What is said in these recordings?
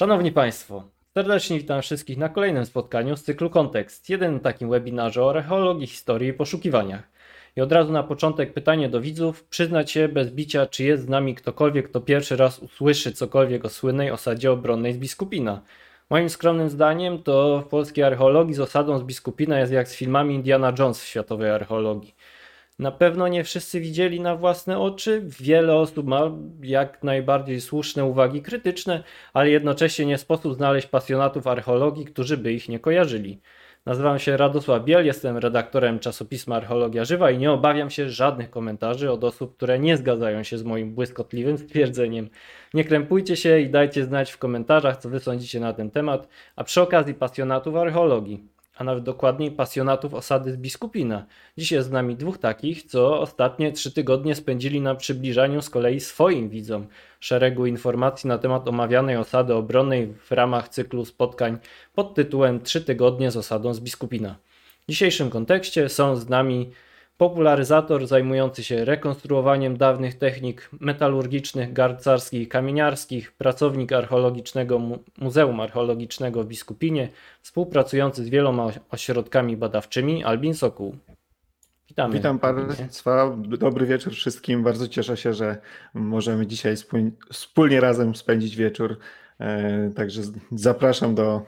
Szanowni Państwo, serdecznie witam wszystkich na kolejnym spotkaniu z cyklu Kontekst, jedynym takim webinarze o archeologii, historii i poszukiwaniach. I od razu na początek pytanie do widzów, przyznać się bez bicia, czy jest z nami ktokolwiek, kto pierwszy raz usłyszy cokolwiek o słynnej osadzie obronnej z Biskupina. Moim skromnym zdaniem to w polskiej archeologii z osadą z Biskupina jest jak z filmami Indiana Jones w światowej archeologii. Na pewno nie wszyscy widzieli na własne oczy, wiele osób ma jak najbardziej słuszne uwagi krytyczne, ale jednocześnie nie sposób znaleźć pasjonatów archeologii, którzy by ich nie kojarzyli. Nazywam się Radosław Biel, jestem redaktorem czasopisma Archeologia Żywa i nie obawiam się żadnych komentarzy od osób, które nie zgadzają się z moim błyskotliwym stwierdzeniem. Nie krępujcie się i dajcie znać w komentarzach, co wy sądzicie na ten temat, a przy okazji pasjonatów archeologii, a nawet dokładniej pasjonatów osady z Biskupina. Dziś jest z nami dwóch takich, co ostatnie 3 tygodnie spędzili na przybliżaniu z kolei swoim widzom szeregu informacji na temat omawianej osady obronnej w ramach cyklu spotkań pod tytułem 3 tygodnie z osadą z Biskupina. W dzisiejszym kontekście są z nami popularyzator zajmujący się rekonstruowaniem dawnych technik metalurgicznych, garcarskich i kamieniarskich, pracownik archeologicznego Muzeum Archeologicznego w Biskupinie, współpracujący z wieloma ośrodkami badawczymi, Albin Sokół. Witamy. Witam Państwa, dobry wieczór wszystkim. Bardzo cieszę się, że możemy dzisiaj wspólnie razem spędzić wieczór. Także zapraszam do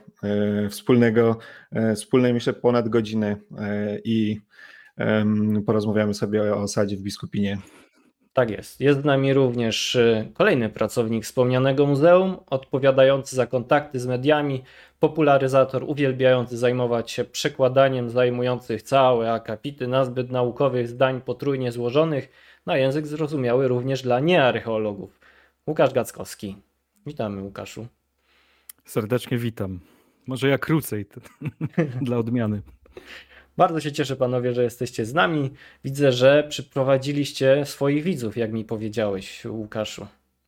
wspólnej myślę ponad godziny i porozmawiamy sobie o osadzie w Biskupinie. Tak jest. Jest z nami również kolejny pracownik wspomnianego muzeum, odpowiadający za kontakty z mediami, popularyzator uwielbiający zajmować się przekładaniem zajmujących całe akapity nazbyt naukowych zdań potrójnie złożonych na język zrozumiały również dla niearcheologów. Łukasz Gackowski. Witamy, Łukaszu. Serdecznie witam. Może ja krócej dla odmiany. Bardzo się cieszę, panowie, że jesteście z nami. Widzę, że przyprowadziliście swoich widzów, jak mi powiedziałeś, Łukaszu.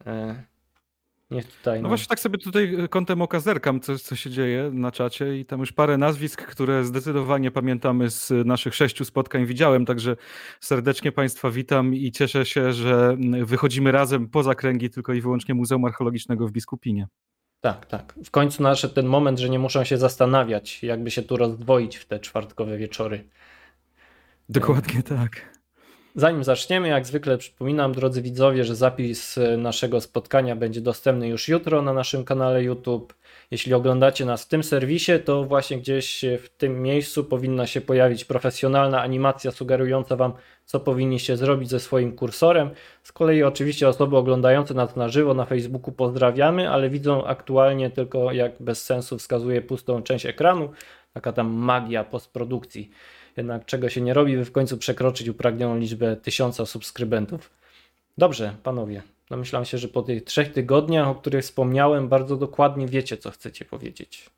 Niech tutaj. No właśnie tak sobie tutaj kątem oka zerkam, co się dzieje na czacie i tam już parę nazwisk, które zdecydowanie pamiętamy z naszych 6 spotkań widziałem, także serdecznie Państwa witam i cieszę się, że wychodzimy razem poza kręgi tylko i wyłącznie Muzeum Archeologicznego w Biskupinie. Tak, tak. W końcu nadszedł ten moment, że nie muszą się zastanawiać, jakby się tu rozdwoić w te czwartkowe wieczory. Dokładnie tak. Zanim zaczniemy, jak zwykle przypominam, drodzy widzowie, że zapis naszego spotkania będzie dostępny już jutro na naszym kanale YouTube. Jeśli oglądacie nas w tym serwisie, to właśnie gdzieś w tym miejscu powinna się pojawić profesjonalna animacja sugerująca Wam, co powinniście zrobić ze swoim kursorem. Z kolei oczywiście osoby oglądające nas na żywo na Facebooku pozdrawiamy, ale widzą aktualnie tylko, jak bez sensu wskazuje pustą część ekranu. Taka tam magia postprodukcji. Jednak czego się nie robi, by w końcu przekroczyć upragnioną liczbę 1000 subskrybentów. Dobrze, panowie. Domyślam się, że po tych 3 tygodniach, o których wspomniałem, bardzo dokładnie wiecie, co chcecie powiedzieć.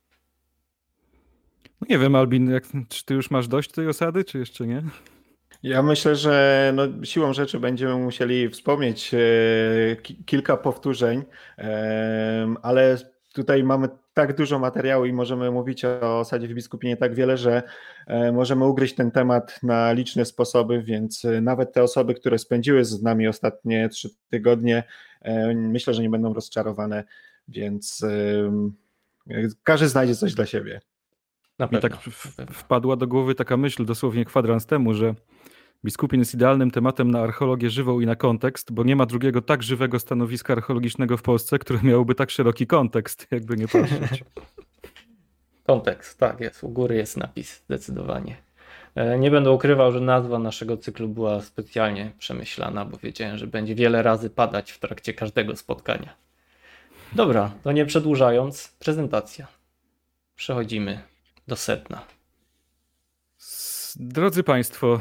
No nie wiem, Albin, czy ty już masz dość tej osady, czy jeszcze nie? Ja myślę, że siłą rzeczy będziemy musieli wspomnieć kilka powtórzeń, ale tutaj mamy tak dużo materiału i możemy mówić o osadzie w Biskupinie tak wiele, że możemy ugryźć ten temat na liczne sposoby, więc nawet te osoby, które spędziły z nami ostatnie 3 tygodnie, myślę, że nie będą rozczarowane, więc każdy znajdzie coś dla siebie. Mi tak wpadła do głowy taka myśl dosłownie kwadrans temu, że Biskupin jest idealnym tematem na archeologię żywą i na kontekst, bo nie ma drugiego tak żywego stanowiska archeologicznego w Polsce, które miałoby tak szeroki kontekst, jakby nie patrzeć. Kontekst, tak jest. U góry jest napis, zdecydowanie. Nie będę ukrywał, że nazwa naszego cyklu była specjalnie przemyślana, bo wiedziałem, że będzie wiele razy padać w trakcie każdego spotkania. Dobra, to nie przedłużając, prezentacja. Przechodzimy do sedna. Drodzy Państwo,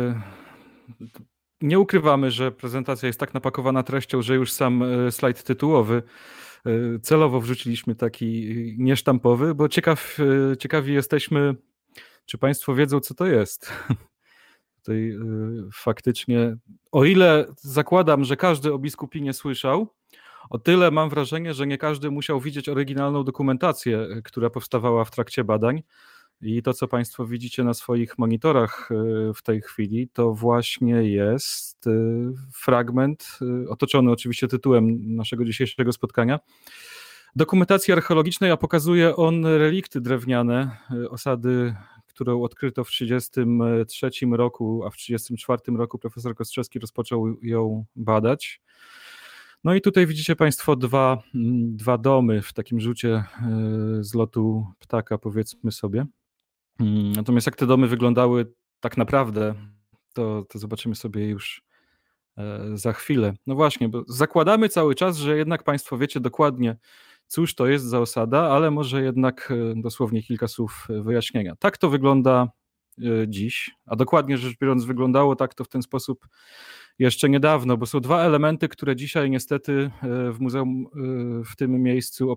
nie ukrywamy, że prezentacja jest tak napakowana treścią, że już sam slajd tytułowy celowo wrzuciliśmy taki niesztampowy, bo ciekawi jesteśmy, czy Państwo wiedzą, co to jest. Tutaj faktycznie, o ile zakładam, że każdy o Biskupinie słyszał, o tyle mam wrażenie, że nie każdy musiał widzieć oryginalną dokumentację, która powstawała w trakcie badań. I to, co Państwo widzicie na swoich monitorach w tej chwili, to właśnie jest fragment, otoczony oczywiście tytułem naszego dzisiejszego spotkania, dokumentacji archeologicznej, a pokazuje on relikty drewniane osady, którą odkryto w 1933 roku, a w 1934 roku profesor Kostrzewski rozpoczął ją badać. No i tutaj widzicie Państwo dwa domy w takim rzucie z lotu ptaka, powiedzmy sobie. Natomiast jak te domy wyglądały tak naprawdę, to zobaczymy sobie już za chwilę. No właśnie, bo zakładamy cały czas, że jednak Państwo wiecie dokładnie, cóż to jest za osada, ale może jednak dosłownie kilka słów wyjaśnienia. Tak to wygląda dziś, a dokładnie rzecz biorąc wyglądało tak to w ten sposób jeszcze niedawno, bo są dwa elementy, które dzisiaj niestety w muzeum w tym miejscu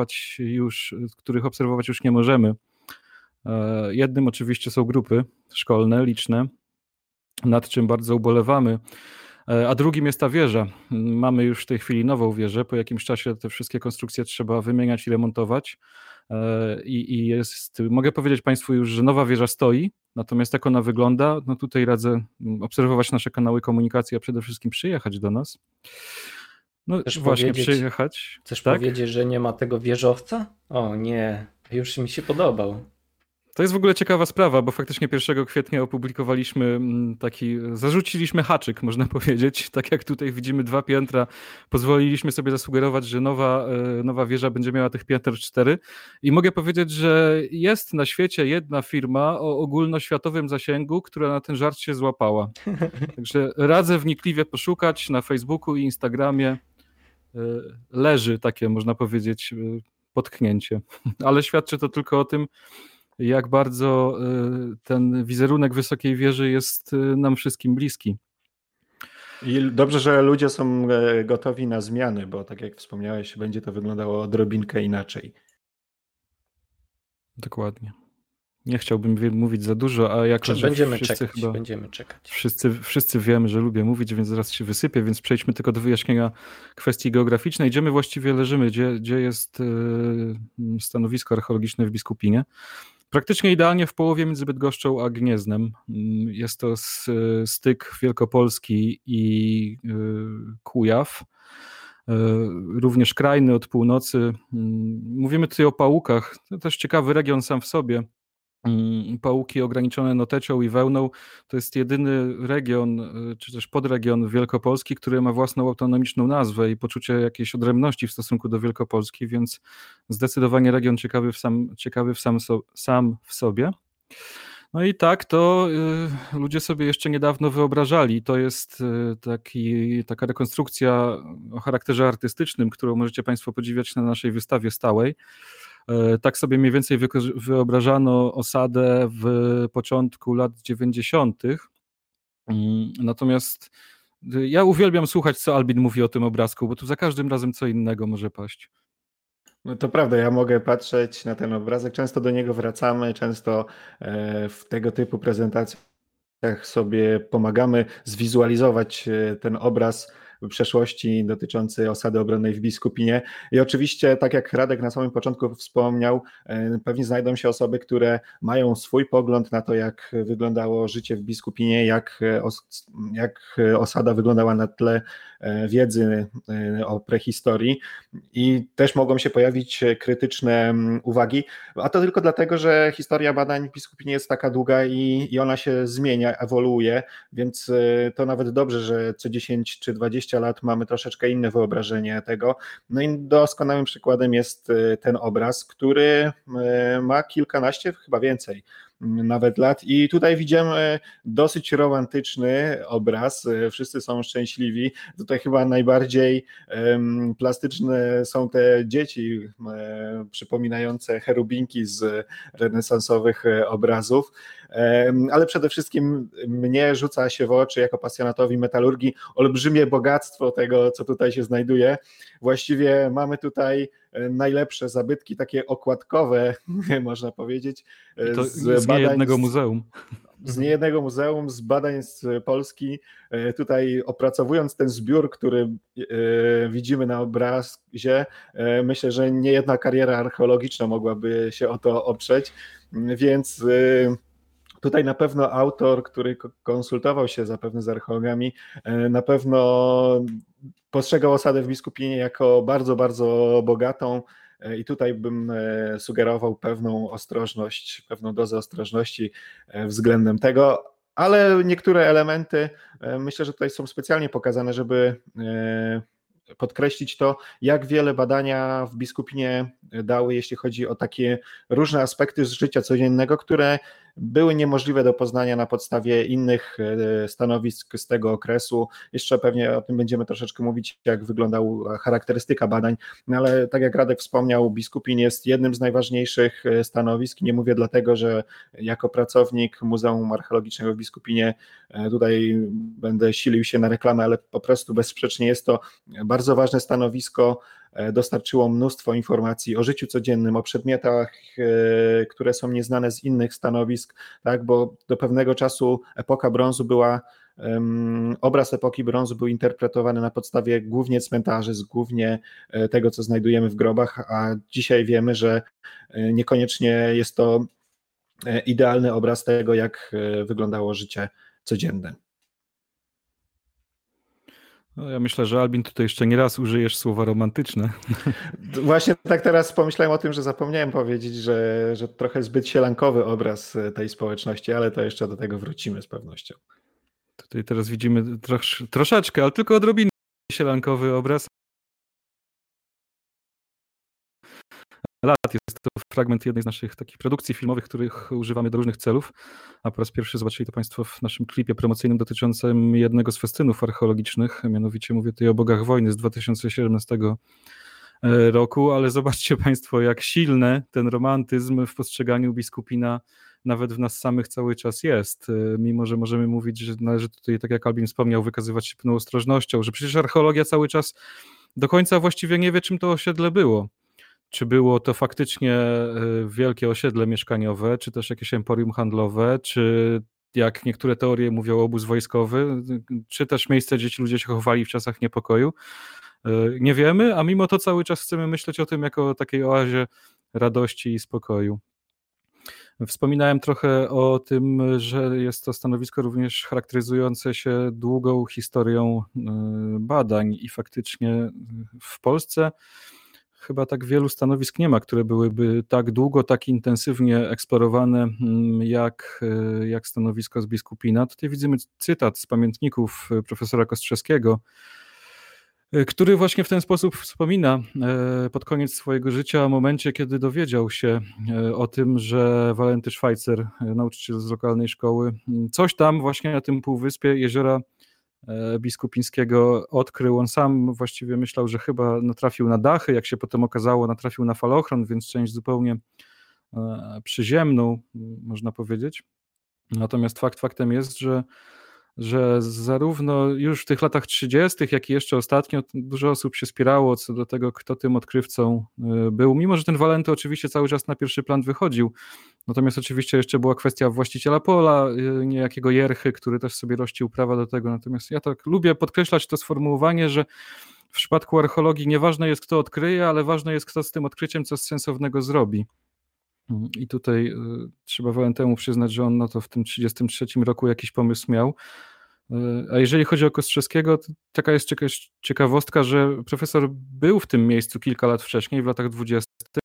których obserwować już nie możemy. Jednym oczywiście są grupy szkolne, liczne, nad czym bardzo ubolewamy, a drugim jest ta wieża. Mamy już w tej chwili nową wieżę, po jakimś czasie te wszystkie konstrukcje trzeba wymieniać i remontować i mogę powiedzieć Państwu już, że nowa wieża stoi, natomiast jak ona wygląda, no tutaj radzę obserwować nasze kanały komunikacji, a przede wszystkim przyjechać do nas. No Chcesz właśnie, powiedzieć- przyjechać. Chcesz tak? powiedzieć, że nie ma tego wieżowca? O nie, już mi się podobał. To jest w ogóle ciekawa sprawa, bo faktycznie 1 kwietnia opublikowaliśmy zarzuciliśmy haczyk, można powiedzieć. Tak jak tutaj widzimy 2 piętra, pozwoliliśmy sobie zasugerować, że nowa wieża będzie miała tych pięter 4. I mogę powiedzieć, że jest na świecie jedna firma o ogólnoświatowym zasięgu, która na ten żart się złapała. Także radzę wnikliwie poszukać na Facebooku i Instagramie. Leży takie, można powiedzieć, potknięcie. Ale świadczy to tylko o tym, jak bardzo ten wizerunek wysokiej wieży jest nam wszystkim bliski. I dobrze, że ludzie są gotowi na zmiany, bo tak jak wspomniałeś, będzie to wyglądało odrobinkę inaczej. Dokładnie. Nie chciałbym mówić za dużo, a jako, że Będziemy czekać. Wszyscy wiemy, że lubię mówić, więc zaraz się wysypię, więc przejdźmy tylko do wyjaśnienia kwestii geograficznej. Gdzie my właściwie leżymy? Gdzie jest stanowisko archeologiczne w Biskupinie? Praktycznie idealnie w połowie między Bydgoszczą a Gnieznem. Jest to styk Wielkopolski i Kujaw. Również Krajny od północy. Mówimy tutaj o Pałukach. To też ciekawy region sam w sobie. Pałuki ograniczone notecią i wełną to jest jedyny region, czy też podregion Wielkopolski, który ma własną autonomiczną nazwę i poczucie jakiejś odrębności w stosunku do Wielkopolski, więc zdecydowanie region ciekawy sam w sobie. No i tak to ludzie sobie jeszcze niedawno wyobrażali. To jest taka rekonstrukcja o charakterze artystycznym, którą możecie Państwo podziwiać na naszej wystawie stałej. Tak sobie mniej więcej wyobrażano osadę w początku lat 90. Natomiast ja uwielbiam słuchać, co Albin mówi o tym obrazku, bo tu za każdym razem co innego może paść. No to prawda, ja mogę patrzeć na ten obrazek, często do niego wracamy, często w tego typu prezentacjach sobie pomagamy zwizualizować ten obraz przeszłości dotyczący osady obronnej w Biskupinie. I oczywiście, tak jak Radek na samym początku wspomniał, pewnie znajdą się osoby, które mają swój pogląd na to, jak wyglądało życie w Biskupinie, jak osada wyglądała na tle wiedzy o prehistorii i też mogą się pojawić krytyczne uwagi, a to tylko dlatego, że historia badań w Biskupinie jest taka długa i ona się zmienia, ewoluuje, więc to nawet dobrze, że co 10 czy 20 lat mamy troszeczkę inne wyobrażenie tego. No i doskonałym przykładem jest ten obraz, który ma kilkanaście, chyba więcej nawet lat i tutaj widzimy dosyć romantyczny obraz, wszyscy są szczęśliwi, tutaj chyba najbardziej plastyczne są te dzieci przypominające cherubinki z renesansowych obrazów, ale przede wszystkim mnie rzuca się w oczy jako pasjonatowi metalurgii olbrzymie bogactwo tego, co tutaj się znajduje. Właściwie mamy tutaj najlepsze zabytki, takie okładkowe, można powiedzieć, z niejednego muzeum. Z niejednego muzeum, z badań z Polski. Tutaj opracowując ten zbiór, który widzimy na obrazie, myślę, że niejedna kariera archeologiczna mogłaby się o to oprzeć, więc Tutaj na pewno autor, który konsultował się zapewne z archeologami, na pewno postrzegał osadę w Biskupinie jako bardzo, bardzo bogatą i tutaj bym sugerował pewną ostrożność, pewną dozę ostrożności względem tego, ale niektóre elementy myślę, że tutaj są specjalnie pokazane, żeby podkreślić to, jak wiele badania w Biskupinie dały, jeśli chodzi o takie różne aspekty z życia codziennego, które były niemożliwe do poznania na podstawie innych stanowisk z tego okresu. Jeszcze pewnie o tym będziemy troszeczkę mówić, jak wyglądała charakterystyka badań, no ale tak jak Radek wspomniał, Biskupin jest jednym z najważniejszych stanowisk. Nie mówię dlatego, że jako pracownik Muzeum Archeologicznego w Biskupinie tutaj będę silił się na reklamę, ale po prostu bezsprzecznie jest to bardzo ważne stanowisko. Dostarczyło mnóstwo informacji o życiu codziennym, o przedmiotach, które są nieznane z innych stanowisk, tak, bo do pewnego czasu epoka brązu była, obraz epoki brązu był interpretowany na podstawie głównie cmentarzy, głównie tego, co znajdujemy w grobach, a dzisiaj wiemy, że niekoniecznie jest to idealny obraz tego, jak wyglądało życie codzienne. No, ja myślę, że Albin tutaj jeszcze nie raz użyjesz słowa romantyczne. Właśnie tak teraz pomyślałem o tym, że zapomniałem powiedzieć, że trochę zbyt sielankowy obraz tej społeczności, ale to jeszcze do tego wrócimy z pewnością. Tutaj teraz widzimy troszeczkę, ale tylko odrobinę sielankowy obraz. Lat jest to fragment jednej z naszych takich produkcji filmowych, których używamy do różnych celów, a po raz pierwszy zobaczyli to Państwo w naszym klipie promocyjnym dotyczącym jednego z festynów archeologicznych, mianowicie mówię tutaj o Bogach Wojny z 2017 roku, ale zobaczcie Państwo, jak silny ten romantyzm w postrzeganiu Biskupina nawet w nas samych cały czas jest, mimo że możemy mówić, że należy tutaj, tak jak Albin wspomniał, wykazywać się pewną ostrożnością, że przecież archeologia cały czas do końca właściwie nie wie, czym to osiedle było. Czy było to faktycznie wielkie osiedle mieszkaniowe, czy też jakieś emporium handlowe, czy jak niektóre teorie mówią, obóz wojskowy, czy też miejsce, gdzie ci ludzie się chowali w czasach niepokoju. Nie wiemy, a mimo to cały czas chcemy myśleć o tym jako o takiej oazie radości i spokoju. Wspominałem trochę o tym, że jest to stanowisko również charakteryzujące się długą historią badań i faktycznie w Polsce chyba tak wielu stanowisk nie ma, które byłyby tak długo, tak intensywnie eksplorowane jak stanowisko z Biskupina. Tutaj widzimy cytat z pamiętników profesora Kostrzewskiego, który właśnie w ten sposób wspomina pod koniec swojego życia o momencie, kiedy dowiedział się o tym, że Walenty Szwajcer, nauczyciel z lokalnej szkoły, coś tam właśnie na tym półwyspie jeziora Biskupińskiego odkrył. On sam właściwie myślał, że chyba natrafił na dachy, jak się potem okazało, natrafił na falochron, więc część zupełnie przyziemną, można powiedzieć. Natomiast faktem jest, że zarówno już w tych latach 30., jak i jeszcze ostatnio dużo osób się spierało co do tego, kto tym odkrywcą był, mimo że ten Walenty oczywiście cały czas na pierwszy plan wychodził. Natomiast oczywiście jeszcze była kwestia właściciela pola, niejakiego Jerchy, który też sobie rościł prawa do tego. Natomiast ja tak lubię podkreślać to sformułowanie, że w przypadku archeologii nieważne jest, kto odkryje, ale ważne jest, kto z tym odkryciem coś sensownego zrobi. I tutaj trzeba Walentemu przyznać, że on no to w tym 1933 roku jakiś pomysł miał. A jeżeli chodzi o Kostrzewskiego, to taka jest ciekawostka, że profesor był w tym miejscu kilka lat wcześniej, w latach 20.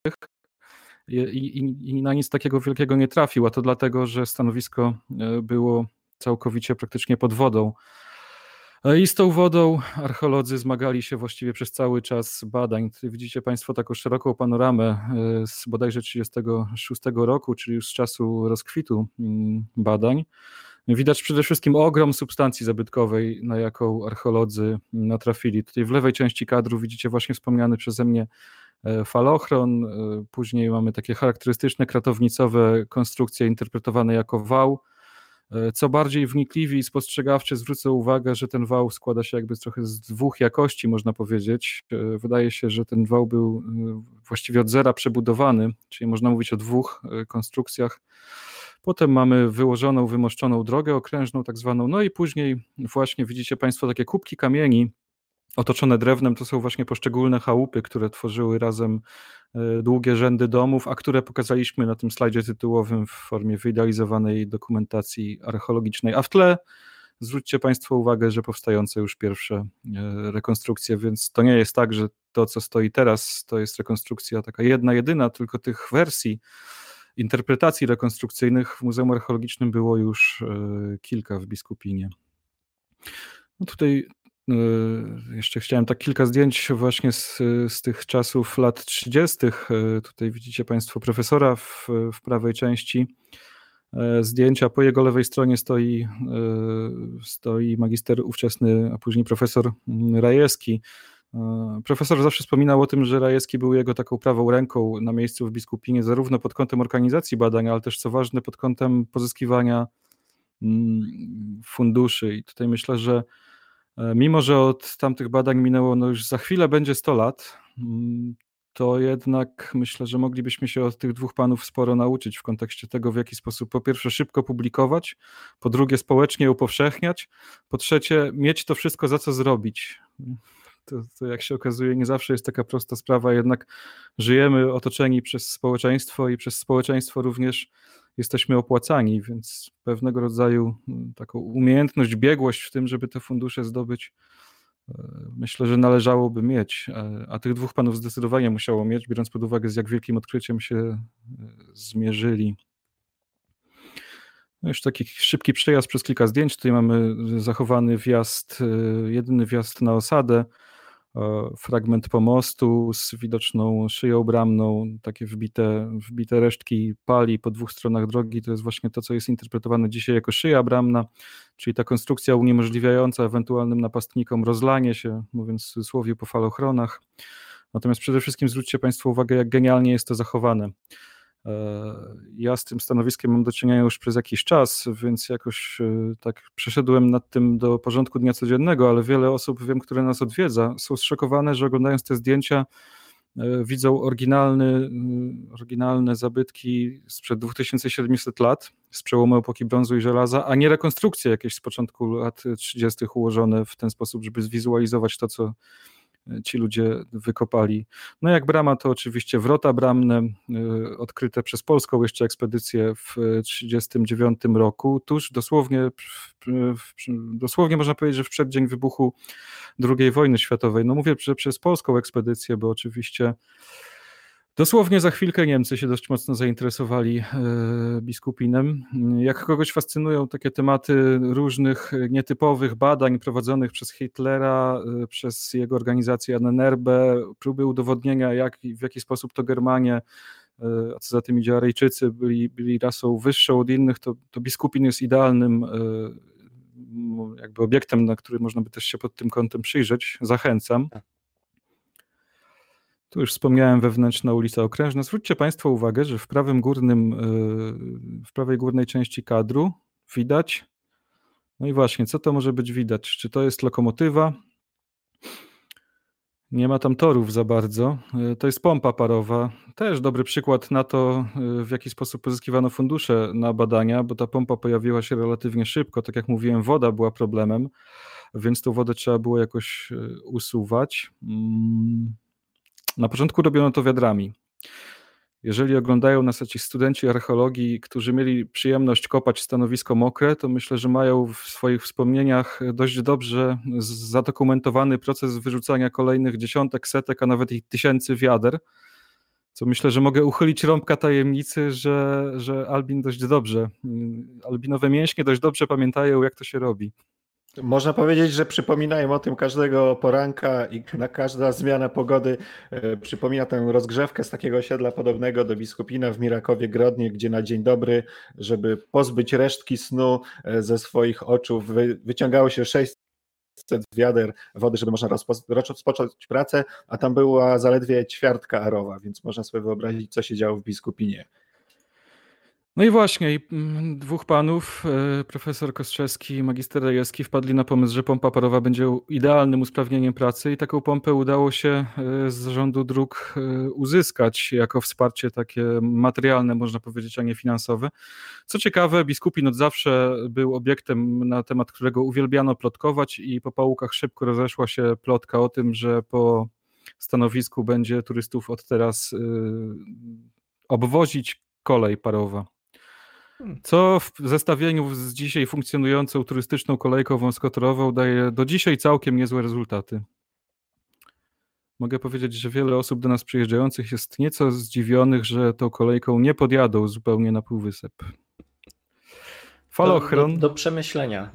I na nic takiego wielkiego nie trafił, a to dlatego, że stanowisko było całkowicie praktycznie pod wodą. I z tą wodą archeolodzy zmagali się właściwie przez cały czas badań. Tutaj widzicie Państwo taką szeroką panoramę z bodajże 1936 roku, czyli już z czasu rozkwitu badań. Widać przede wszystkim ogrom substancji zabytkowej, na jaką archeolodzy natrafili. Tutaj w lewej części kadru widzicie właśnie wspomniany przeze mnie falochron, później mamy takie charakterystyczne kratownicowe konstrukcje interpretowane jako wał. Co bardziej wnikliwi i spostrzegawczy zwrócę uwagę, że ten wał składa się jakby trochę z dwóch jakości, można powiedzieć. Wydaje się, że ten wał był właściwie od zera przebudowany, czyli można mówić o dwóch konstrukcjach. Potem mamy wyłożoną, wymoszczoną drogę okrężną tak zwaną, no i później właśnie widzicie Państwo takie kubki kamieni, otoczone drewnem to są właśnie poszczególne chałupy, które tworzyły razem długie rzędy domów, a które pokazaliśmy na tym slajdzie tytułowym w formie wyidealizowanej dokumentacji archeologicznej. A w tle zwróćcie Państwo uwagę, że powstające już pierwsze rekonstrukcje, więc to nie jest tak, że to, co stoi teraz, to jest rekonstrukcja taka jedna, jedyna, tylko tych wersji, interpretacji rekonstrukcyjnych w Muzeum Archeologicznym było już kilka w Biskupinie. No tutaj jeszcze chciałem tak kilka zdjęć właśnie z tych czasów lat 30. Tutaj widzicie Państwo profesora w prawej części zdjęcia. Po jego lewej stronie stoi magister ówczesny, a później profesor Rajewski. Profesor zawsze wspominał o tym, że Rajewski był jego taką prawą ręką na miejscu w Biskupinie, zarówno pod kątem organizacji badań, ale też co ważne pod kątem pozyskiwania funduszy. I tutaj myślę, że mimo że od tamtych badań minęło no już za chwilę będzie 100 lat, to jednak myślę, że moglibyśmy się od tych dwóch panów sporo nauczyć w kontekście tego, w jaki sposób po pierwsze szybko publikować, po drugie społecznie upowszechniać, po trzecie mieć to wszystko za co zrobić. To jak się okazuje nie zawsze jest taka prosta sprawa, jednak żyjemy otoczeni przez społeczeństwo i przez społeczeństwo również jesteśmy opłacani, więc pewnego rodzaju taką umiejętność, biegłość w tym, żeby te fundusze zdobyć, myślę, że należałoby mieć, a tych dwóch panów zdecydowanie musiało mieć, biorąc pod uwagę, z jak wielkim odkryciem się zmierzyli. No już taki szybki przejazd przez kilka zdjęć. Tutaj mamy zachowany wjazd, jedyny wjazd na osadę, fragment pomostu z widoczną szyją bramną, takie wbite resztki pali po dwóch stronach drogi. To jest właśnie to, co jest interpretowane dzisiaj jako szyja bramna, czyli ta konstrukcja uniemożliwiająca ewentualnym napastnikom rozlanie się, mówiąc w cudzysłowie, po falochronach. Natomiast przede wszystkim zwróćcie Państwo uwagę, jak genialnie jest to zachowane. Ja z tym stanowiskiem mam do czynienia już przez jakiś czas, więc jakoś tak przeszedłem nad tym do porządku dnia codziennego, ale wiele osób, wiem, które nas odwiedza, są zszokowane, że oglądając te zdjęcia widzą oryginalne zabytki sprzed 2700 lat, z przełomu epoki brązu i żelaza, a nie rekonstrukcje jakieś z początku lat 30. ułożone w ten sposób, żeby zwizualizować to, co ci ludzie wykopali. No jak brama, to oczywiście wrota bramne, odkryte przez polską jeszcze ekspedycję w 1939 roku, tuż dosłownie można powiedzieć, że w przeddzień wybuchu II wojny światowej. No mówię, że przez polską ekspedycję, bo oczywiście dosłownie za chwilkę Niemcy się dość mocno zainteresowali Biskupinem. Jak kogoś fascynują takie tematy różnych nietypowych badań prowadzonych przez Hitlera, przez jego organizację NNRB, próby udowodnienia, w jaki sposób to Germanie, a co za tym idzie Aryjczycy, byli rasą wyższą od innych, to Biskupin jest idealnym jakby obiektem, na który można by też się pod tym kątem przyjrzeć. Zachęcam. Tu już wspomniałem, wewnętrzna ulica Okrężna. Zwróćcie Państwo uwagę, że w prawej górnej części kadru widać, no i właśnie, co to może być widać? Czy to jest lokomotywa? Nie ma tam torów za bardzo. To jest pompa parowa. Też dobry przykład na to, w jaki sposób pozyskiwano fundusze na badania, bo ta pompa pojawiła się relatywnie szybko. Tak jak mówiłem, woda była problemem, więc tą wodę trzeba było jakoś usuwać. Na początku robiono to wiadrami. Jeżeli oglądają nas jakiś studenci archeologii, którzy mieli przyjemność kopać stanowisko mokre, to myślę, że mają w swoich wspomnieniach dość dobrze zadokumentowany proces wyrzucania kolejnych dziesiątek, setek, a nawet i tysięcy wiader, co myślę, że mogę uchylić rąbka tajemnicy, że albinowe mięśnie dość dobrze pamiętają, jak to się robi. Można powiedzieć, że przypominają o tym każdego poranka i na każda zmiana pogody przypomina tę rozgrzewkę z takiego osiedla podobnego do Biskupina w Mirakowie Grodnie, gdzie na dzień dobry, żeby pozbyć resztki snu ze swoich oczu, wyciągało się 600 wiader wody, żeby można rozpocząć pracę, a tam była zaledwie ćwiartka arowa, więc można sobie wyobrazić, co się działo w Biskupinie. No i właśnie, dwóch panów, profesor Kostrzewski i magister Rejewski, wpadli na pomysł, że pompa parowa będzie idealnym usprawnieniem pracy i taką pompę udało się z Zarządu Dróg uzyskać jako wsparcie takie materialne, można powiedzieć, a nie finansowe. Co ciekawe, Biskupin od zawsze był obiektem, na temat którego uwielbiano plotkować i po pałukach szybko rozeszła się plotka o tym, że po stanowisku będzie turystów od teraz obwozić kolej parowa. Co w zestawieniu z dzisiaj funkcjonującą turystyczną kolejką wąskotorową daje do dzisiaj całkiem niezłe rezultaty. Mogę powiedzieć, że wiele osób do nas przyjeżdżających jest nieco zdziwionych, że tą kolejką nie podjadą zupełnie na półwysep. Falochron. Do przemyślenia.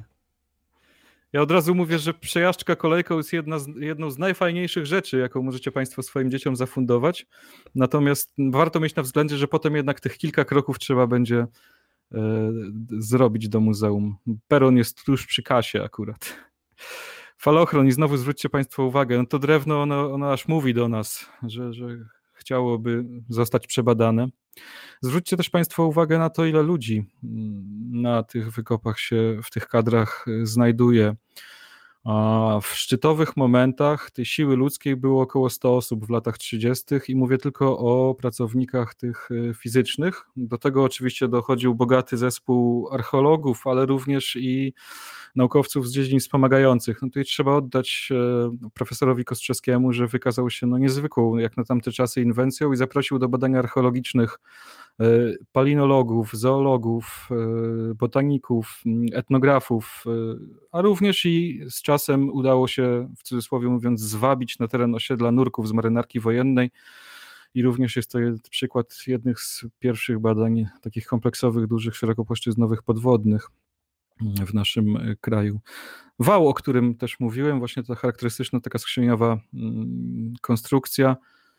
Ja od razu mówię, że przejażdżka kolejką jest jedną z najfajniejszych rzeczy, jaką możecie Państwo swoim dzieciom zafundować. Natomiast warto mieć na względzie, że potem jednak tych kilka kroków trzeba będzie zrobić do muzeum. Peron jest tuż przy kasie akurat. Falochron i znowu zwróćcie Państwo uwagę, no to drewno ono aż mówi do nas, że chciałoby zostać przebadane. Zwróćcie też Państwo uwagę na to, ile ludzi na tych wykopach się w tych kadrach znajduje. A w szczytowych momentach tej siły ludzkiej było około 100 osób w latach 30. i mówię tylko o pracownikach tych fizycznych. Do tego oczywiście dochodził bogaty zespół archeologów, ale również i naukowców z dziedzin wspomagających. No tutaj trzeba oddać profesorowi Kostrzewskiemu, że wykazał się niezwykłą jak na tamte czasy inwencją i zaprosił do badań archeologicznych palinologów, zoologów, botaników, etnografów, a również i z czasem udało się, w cudzysłowie mówiąc, zwabić na teren osiedla nurków z marynarki wojennej i również jest to przykład jednych z pierwszych badań takich kompleksowych, dużych, szerokopłaszczyznowych, podwodnych w naszym kraju. Wał, o którym też mówiłem, właśnie ta charakterystyczna taka skrzyniowa konstrukcja.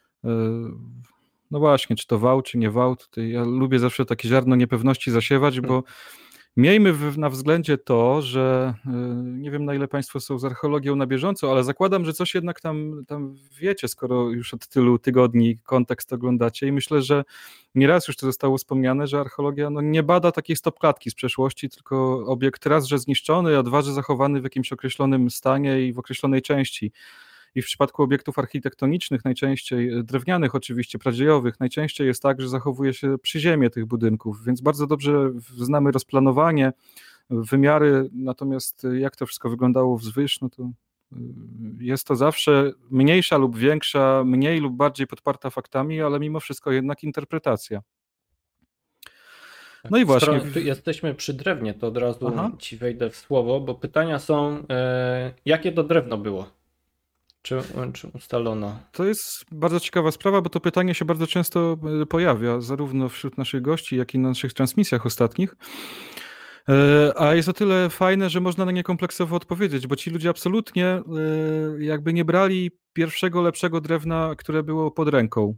No właśnie, czy to wał, czy nie wał, tutaj ja lubię zawsze takie ziarno niepewności zasiewać, bo miejmy na względzie to, że nie wiem, na ile Państwo są z archeologią na bieżąco, ale zakładam, że coś jednak tam wiecie, skoro już od tylu tygodni kontekst oglądacie i myślę, że nieraz już to zostało wspomniane, że archeologia nie bada takiej stopklatki z przeszłości, tylko obiekt raz, że zniszczony, a dwa, że zachowany w jakimś określonym stanie i w określonej części. I w przypadku obiektów architektonicznych, najczęściej drewnianych oczywiście, pradziejowych, najczęściej jest tak, że zachowuje się przyziemie tych budynków, więc bardzo dobrze znamy rozplanowanie, wymiary, natomiast jak to wszystko wyglądało wzwyż, no to jest to zawsze mniejsza lub większa, mniej lub bardziej podparta faktami, ale mimo wszystko jednak interpretacja. No i właśnie. Skoro jesteśmy przy drewnie, to od razu Ci wejdę w słowo, bo pytania są, jakie to drewno było? Czy ustalono? To jest bardzo ciekawa sprawa, bo to pytanie się bardzo często pojawia, zarówno wśród naszych gości, jak i na naszych transmisjach ostatnich. A jest o tyle fajne, że można na nie kompleksowo odpowiedzieć, bo ci ludzie absolutnie jakby nie brali pierwszego, lepszego drewna, które było pod ręką.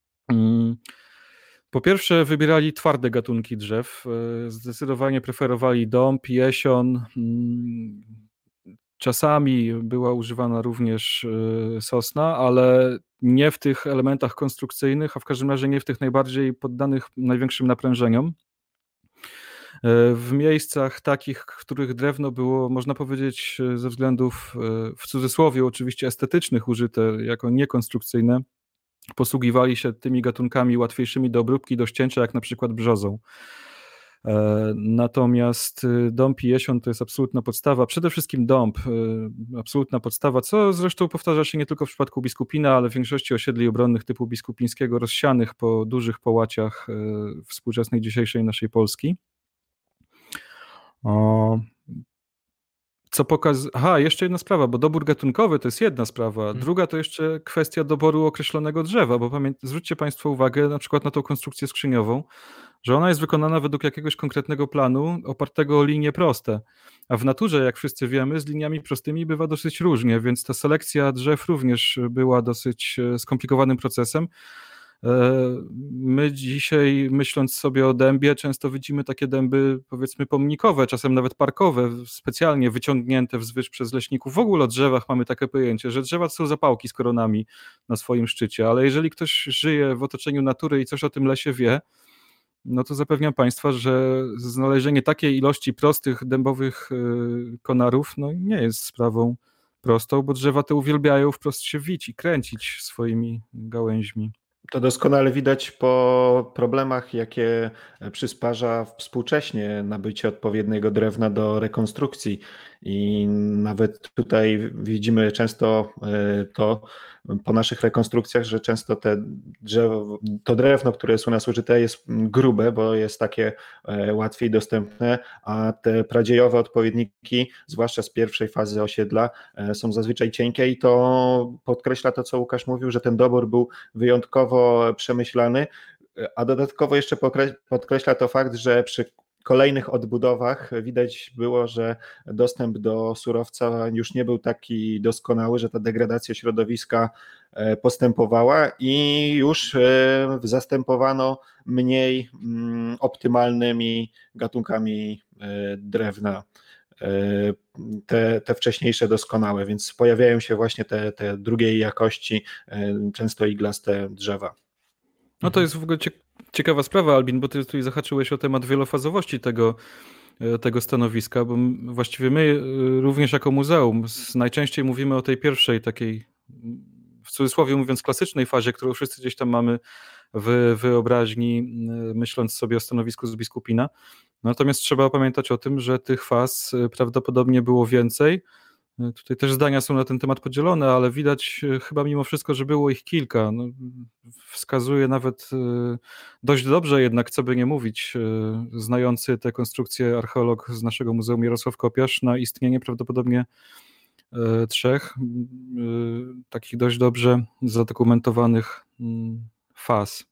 Po pierwsze wybierali twarde gatunki drzew, zdecydowanie preferowali dąb, jesion. Czasami była używana również sosna, ale nie w tych elementach konstrukcyjnych, a w każdym razie nie w tych najbardziej poddanych największym naprężeniom. W miejscach takich, w których drewno było, można powiedzieć, ze względów w cudzysłowie oczywiście estetycznych użyte jako niekonstrukcyjne, posługiwali się tymi gatunkami łatwiejszymi do obróbki, do ścięcia, jak na przykład brzozą. Natomiast dąb i jesion to jest absolutna podstawa, przede wszystkim dąb, absolutna podstawa, co zresztą powtarza się nie tylko w przypadku Biskupina, ale w większości osiedli obronnych typu biskupińskiego rozsianych po dużych połaciach współczesnej, dzisiejszej naszej Polski. Jeszcze jedna sprawa, bo dobór gatunkowy to jest jedna sprawa, druga to jeszcze kwestia doboru określonego drzewa, bo zwróćcie Państwo uwagę na przykład na tą konstrukcję skrzyniową, że ona jest wykonana według jakiegoś konkretnego planu opartego o linie proste, a w naturze, jak wszyscy wiemy, z liniami prostymi bywa dosyć różnie, więc ta selekcja drzew również była dosyć skomplikowanym procesem. My dzisiaj, myśląc sobie o dębie, często widzimy takie dęby, powiedzmy, pomnikowe, czasem nawet parkowe, specjalnie wyciągnięte wzwyż przez leśników. W ogóle o drzewach mamy takie pojęcie, że drzewa to są zapałki z koronami na swoim szczycie, ale jeżeli ktoś żyje w otoczeniu natury i coś o tym lesie wie, no to zapewniam Państwa, że znalezienie takiej ilości prostych dębowych konarów no nie jest sprawą prostą, bo drzewa te uwielbiają wprost się wić i kręcić swoimi gałęźmi. To doskonale widać po problemach, jakie przysparza współcześnie nabycie odpowiedniego drewna do rekonstrukcji. I nawet tutaj widzimy często to po naszych rekonstrukcjach, że często to drewno, które jest u nas użyte, jest grube, bo jest takie łatwiej dostępne, a te pradziejowe odpowiedniki, zwłaszcza z pierwszej fazy osiedla, są zazwyczaj cienkie i to podkreśla to, co Łukasz mówił, że ten dobór był wyjątkowo przemyślany, a dodatkowo jeszcze podkreśla to fakt, że przy kolejnych odbudowach widać było, że dostęp do surowca już nie był taki doskonały, że ta degradacja środowiska postępowała i już zastępowano mniej optymalnymi gatunkami drewna te wcześniejsze doskonałe, więc pojawiają się właśnie te drugiej jakości, często iglaste drzewa. No to jest w ogóle ciekawa sprawa, Albin, bo ty tutaj zahaczyłeś o temat wielofazowości tego stanowiska, bo właściwie my również jako muzeum najczęściej mówimy o tej pierwszej takiej, w cudzysłowie mówiąc, klasycznej fazie, którą wszyscy gdzieś tam mamy w wyobraźni, myśląc sobie o stanowisku z Biskupina. Natomiast trzeba pamiętać o tym, że tych faz prawdopodobnie było więcej. Tutaj też zdania są na ten temat podzielone, ale widać chyba mimo wszystko, że było ich kilka. No, wskazuje nawet dość dobrze jednak, co by nie mówić, znający tę konstrukcję archeolog z naszego Muzeum Jarosław Kopiarz na istnienie prawdopodobnie 3 takich dość dobrze zadokumentowanych faz,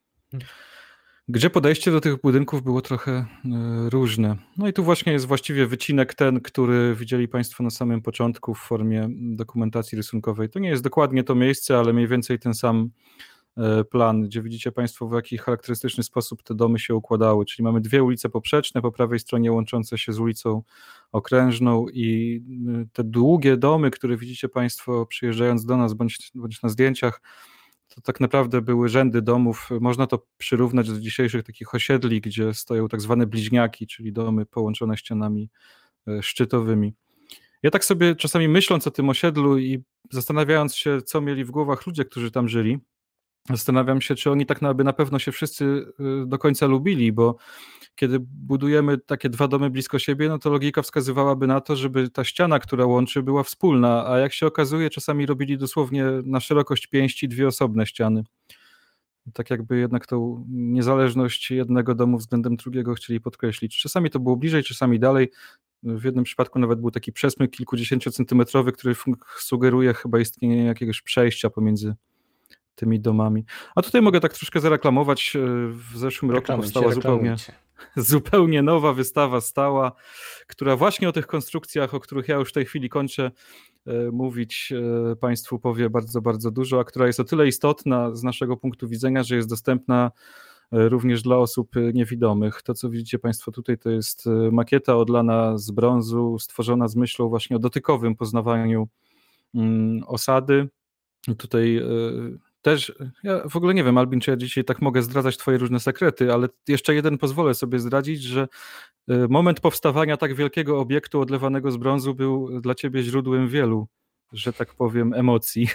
gdzie podejście do tych budynków było trochę różne. No i tu właśnie jest właściwie wycinek ten, który widzieli Państwo na samym początku w formie dokumentacji rysunkowej. To nie jest dokładnie to miejsce, ale mniej więcej ten sam plan, gdzie widzicie Państwo, w jaki charakterystyczny sposób te domy się układały. Czyli mamy 2 ulice poprzeczne, po prawej stronie łączące się z ulicą Okrężną i te długie domy, które widzicie Państwo przyjeżdżając do nas bądź na zdjęciach, to tak naprawdę były rzędy domów. Można to przyrównać do dzisiejszych takich osiedli, gdzie stoją tak zwane bliźniaki, czyli domy połączone ścianami szczytowymi. Ja tak sobie czasami myśląc o tym osiedlu i zastanawiając się, co mieli w głowach ludzie, którzy tam żyli, zastanawiam się, czy oni tak na pewno się wszyscy do końca lubili, bo kiedy budujemy takie 2 domy blisko siebie, no to logika wskazywałaby na to, żeby ta ściana, która łączy, była wspólna, a jak się okazuje, czasami robili dosłownie na szerokość pięści 2 osobne ściany. Tak jakby jednak tą niezależność jednego domu względem drugiego chcieli podkreślić. Czasami to było bliżej, czasami dalej. W jednym przypadku nawet był taki przesmyk kilkudziesięciocentymetrowy, który sugeruje chyba istnienie jakiegoś przejścia pomiędzy tymi domami. A tutaj mogę tak troszkę zareklamować. W zeszłym roku powstała zupełnie nowa wystawa stała, która właśnie o tych konstrukcjach, o których ja już w tej chwili kończę mówić, Państwu powie bardzo, bardzo dużo, a która jest o tyle istotna z naszego punktu widzenia, że jest dostępna również dla osób niewidomych. To, co widzicie Państwo tutaj, to jest makieta odlana z brązu, stworzona z myślą właśnie o dotykowym poznawaniu osady. Tutaj też, ja w ogóle nie wiem, Albin, czy ja dzisiaj tak mogę zdradzać twoje różne sekrety, ale jeszcze jeden pozwolę sobie zdradzić, że moment powstawania tak wielkiego obiektu odlewanego z brązu był dla ciebie źródłem wielu, że tak powiem, emocji.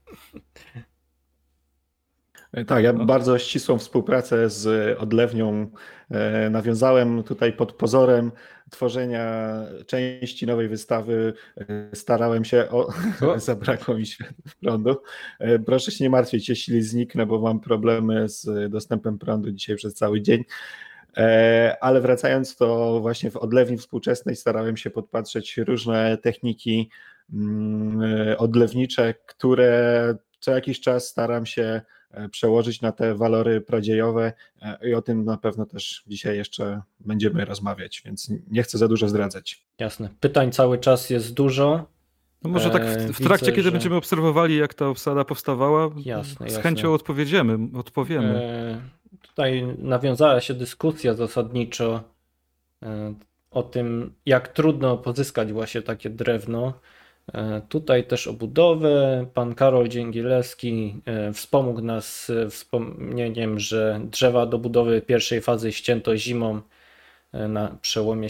Tak, ja bardzo ścisłą współpracę z odlewnią nawiązałem tutaj pod pozorem tworzenia części nowej wystawy. Starałem się zabrakło mi prądu. Proszę się nie martwić, jeśli zniknę, bo mam problemy z dostępem prądu dzisiaj przez cały dzień. Ale wracając, to właśnie w odlewni współczesnej starałem się podpatrzeć różne techniki odlewnicze, które co jakiś czas staram się przełożyć na te walory pradziejowe i o tym na pewno też dzisiaj jeszcze będziemy rozmawiać, więc nie chcę za dużo zdradzać. Jasne. Pytań cały czas jest dużo. No może tak w trakcie, kiedy będziemy obserwowali, jak ta obsada powstawała, z chęcią odpowiemy. Tutaj nawiązała się dyskusja zasadniczo o tym, jak trudno pozyskać właśnie takie drewno. Tutaj też o budowę. Pan Karol Dzięgielewski wspomógł nas wspomnieniem, że drzewa do budowy pierwszej fazy ścięto zimą na przełomie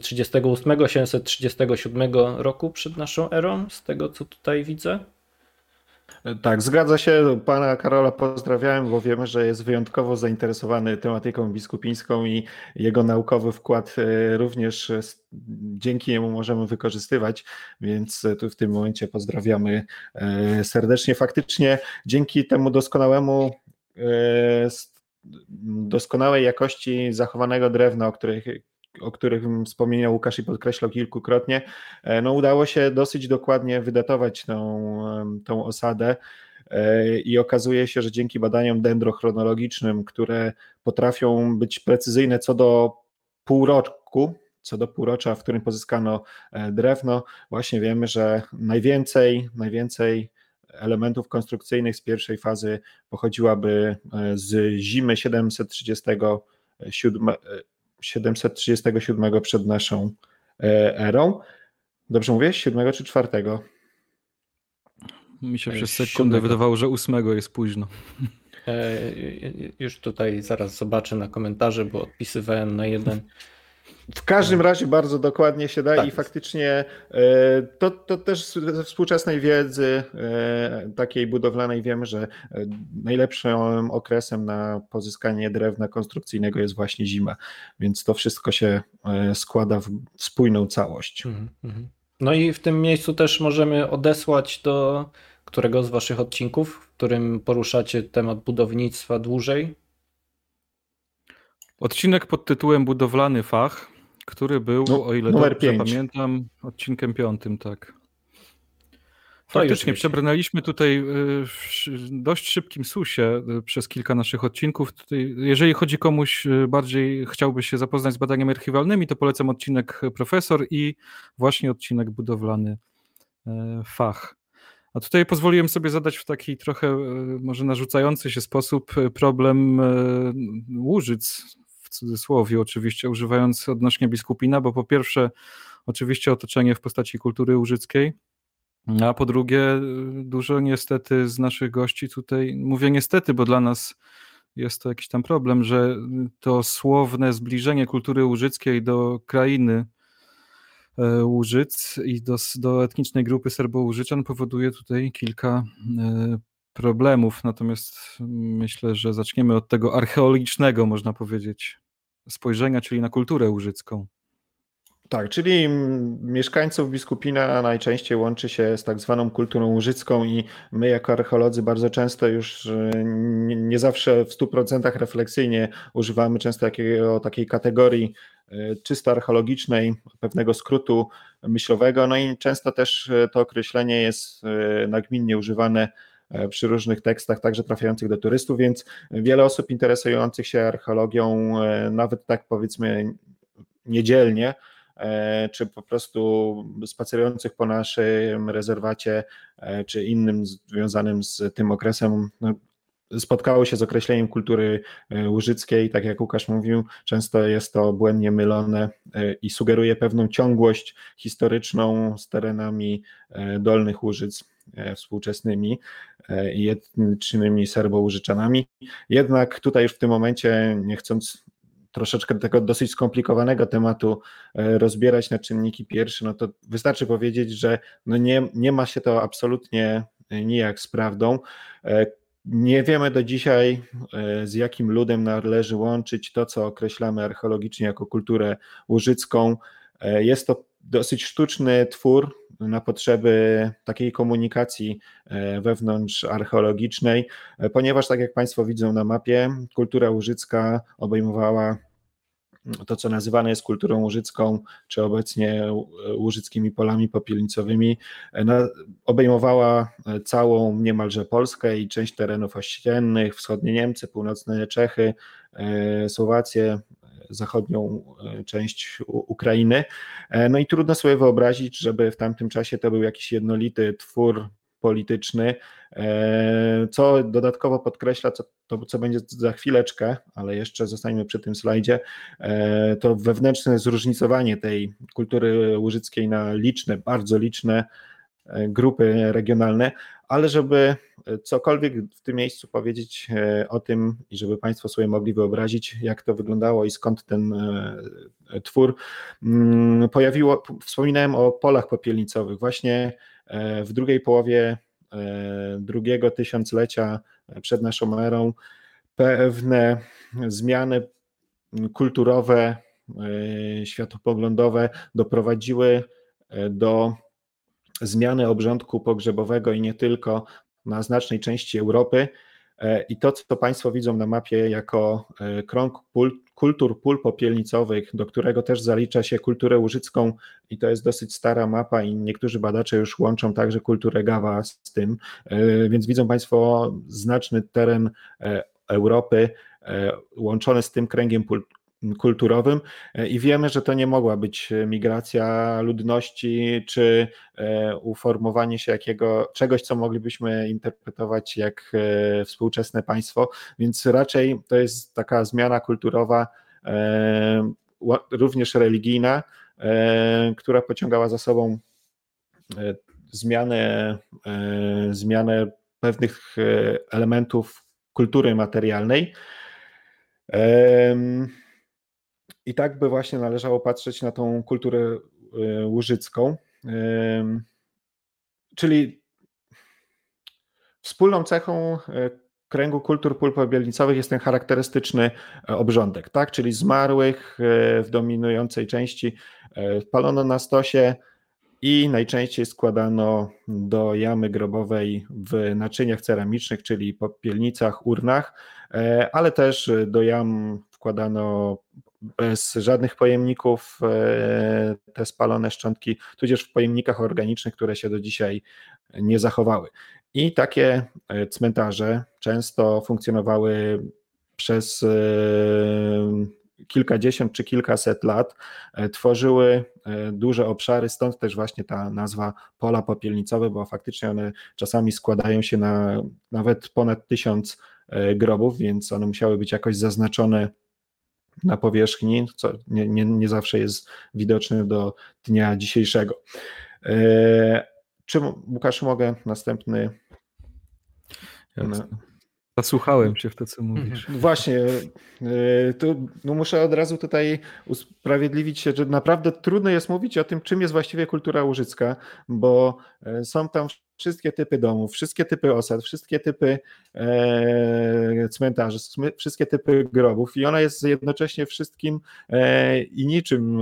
738-737 roku przed naszą erą, z tego co tutaj widzę. Tak, zgadza się. Pana Karola pozdrawiałem, bo wiemy, że jest wyjątkowo zainteresowany tematyką biskupińską i jego naukowy wkład również dzięki niemu możemy wykorzystywać, więc tu w tym momencie pozdrawiamy serdecznie. Faktycznie dzięki temu doskonałej jakości zachowanego drewna, o których wspomniał Łukasz i podkreślał kilkukrotnie, no udało się dosyć dokładnie wydatować tą osadę i okazuje się, że dzięki badaniom dendrochronologicznym, które potrafią być precyzyjne co do półrocza, w którym pozyskano drewno, właśnie wiemy, że najwięcej elementów konstrukcyjnych z pierwszej fazy pochodziłaby z zimy 737 przed naszą erą. Dobrze mówię? 7 czy 4? Mi się przez 7. sekundę wydawało, że 8 jest późno. Już tutaj zaraz zobaczę na komentarze, bo odpisywałem na jeden. W każdym razie bardzo dokładnie się da Tak i jest. faktycznie to też ze współczesnej wiedzy takiej budowlanej wiemy, że najlepszym okresem na pozyskanie drewna konstrukcyjnego jest właśnie zima, więc to wszystko się składa w spójną całość. No i w tym miejscu też możemy odesłać do którego z waszych odcinków, w którym poruszacie temat budownictwa dłużej. Odcinek pod tytułem Budowlany fach, który był, o ile numer dobrze 5. pamiętam, odcinkiem 5, tak. To już Faktycznie wiecie. przebrnęliśmy tutaj w dość szybkim susie przez kilka naszych odcinków. Tutaj, jeżeli chodzi komuś bardziej chciałby się zapoznać z badaniami archiwalnymi, to polecam odcinek Profesor i właśnie odcinek Budowlany fach. A tutaj pozwoliłem sobie zadać w taki trochę może narzucający się sposób problem Łużyc, w cudzysłowie oczywiście, używając odnośnie biskupina, bo po pierwsze oczywiście otoczenie w postaci kultury łużyckiej, a po drugie dużo niestety z naszych gości tutaj, mówię niestety, bo dla nas jest to jakiś tam problem, że to słowne zbliżenie kultury łużyckiej do krainy Łużyc i do etnicznej grupy Serbo-Łużyczan powoduje tutaj kilka problemów. Natomiast myślę, że zaczniemy od tego archeologicznego, można powiedzieć, spojrzenia, czyli na kulturę łużycką. Tak, czyli mieszkańców Biskupina najczęściej łączy się z tak zwaną kulturą łużycką i my jako archeolodzy bardzo często już nie zawsze w 100% refleksyjnie używamy często takiej kategorii czysto archeologicznej, pewnego skrótu myślowego, no i często też to określenie jest nagminnie używane przy różnych tekstach, także trafiających do turystów, więc wiele osób interesujących się archeologią, nawet tak powiedzmy niedzielnie, czy po prostu spacerujących po naszym rezerwacie, czy innym związanym z tym okresem, no, spotkało się z określeniem kultury łużyckiej. Tak jak Łukasz mówił, często jest to błędnie mylone i sugeruje pewną ciągłość historyczną z terenami Dolnych Łużyc współczesnymi i etnicznymi Serbo-Łużyczanami. Jednak tutaj już w tym momencie, nie chcąc troszeczkę tego dosyć skomplikowanego tematu rozbierać na czynniki pierwsze, no to wystarczy powiedzieć, że no nie ma się to absolutnie nijak z prawdą. Nie wiemy do dzisiaj, z jakim ludem należy łączyć to, co określamy archeologicznie jako kulturę łużycką. Jest to dosyć sztuczny twór na potrzeby takiej komunikacji wewnątrz archeologicznej, ponieważ tak jak Państwo widzą na mapie, kultura łużycka obejmowała to, co nazywane jest kulturą łużycką, czy obecnie łużyckimi polami popielnicowymi, obejmowała całą niemalże Polskę i część terenów ościennych, wschodnie Niemcy, północne Czechy, Słowację, zachodnią część Ukrainy. No i trudno sobie wyobrazić, żeby w tamtym czasie to był jakiś jednolity twór polityczny, co dodatkowo podkreśla, co będzie za chwileczkę, ale jeszcze zostańmy przy tym slajdzie, to wewnętrzne zróżnicowanie tej kultury łużyckiej na liczne, bardzo liczne grupy regionalne, ale żeby cokolwiek w tym miejscu powiedzieć o tym i żeby Państwo sobie mogli wyobrazić, jak to wyglądało i skąd ten twór wspominałem o polach popielnicowych. Właśnie w drugiej połowie drugiego tysiąclecia przed naszą erą pewne zmiany kulturowe, światopoglądowe doprowadziły do zmiany obrządku pogrzebowego i nie tylko na znacznej części Europy. I to, co Państwo widzą na mapie jako krąg kultur pól popielnicowych, do którego też zalicza się kulturę łużycką i to jest dosyć stara mapa i niektórzy badacze już łączą także kulturę Gawa z tym, więc widzą Państwo znaczny teren Europy łączony z tym kręgiem kulturowym i wiemy, że to nie mogła być migracja ludności czy uformowanie się czegoś, co moglibyśmy interpretować jak współczesne państwo, więc raczej to jest taka zmiana kulturowa, również religijna, która pociągała za sobą zmianę pewnych elementów kultury materialnej. I tak by właśnie należało patrzeć na tą kulturę łużycką, czyli wspólną cechą kręgu kultur pól popielnicowych jest ten charakterystyczny obrządek, tak? Czyli zmarłych w dominującej części palono na stosie i najczęściej składano do jamy grobowej w naczyniach ceramicznych, czyli popielnicach, urnach, ale też do jam wkładano bez żadnych pojemników te spalone szczątki, tudzież w pojemnikach organicznych, które się do dzisiaj nie zachowały. I takie cmentarze często funkcjonowały przez kilkadziesiąt czy kilkaset lat, tworzyły duże obszary, stąd też właśnie ta nazwa pola popielnicowe, bo faktycznie one czasami składają się na nawet ponad 1000 grobów, więc one musiały być jakoś zaznaczone na powierzchni, co nie zawsze jest widoczne do dnia dzisiejszego. Czy Łukasz, mogę następny? Jasne. Zasłuchałem się w to, co mówisz. Właśnie, tu muszę od razu tutaj usprawiedliwić się, że naprawdę trudno jest mówić o tym, czym jest właściwie kultura łużycka, bo są tam wszystkie typy domów, wszystkie typy osad, wszystkie typy cmentarzy, wszystkie typy grobów i ona jest jednocześnie wszystkim i niczym.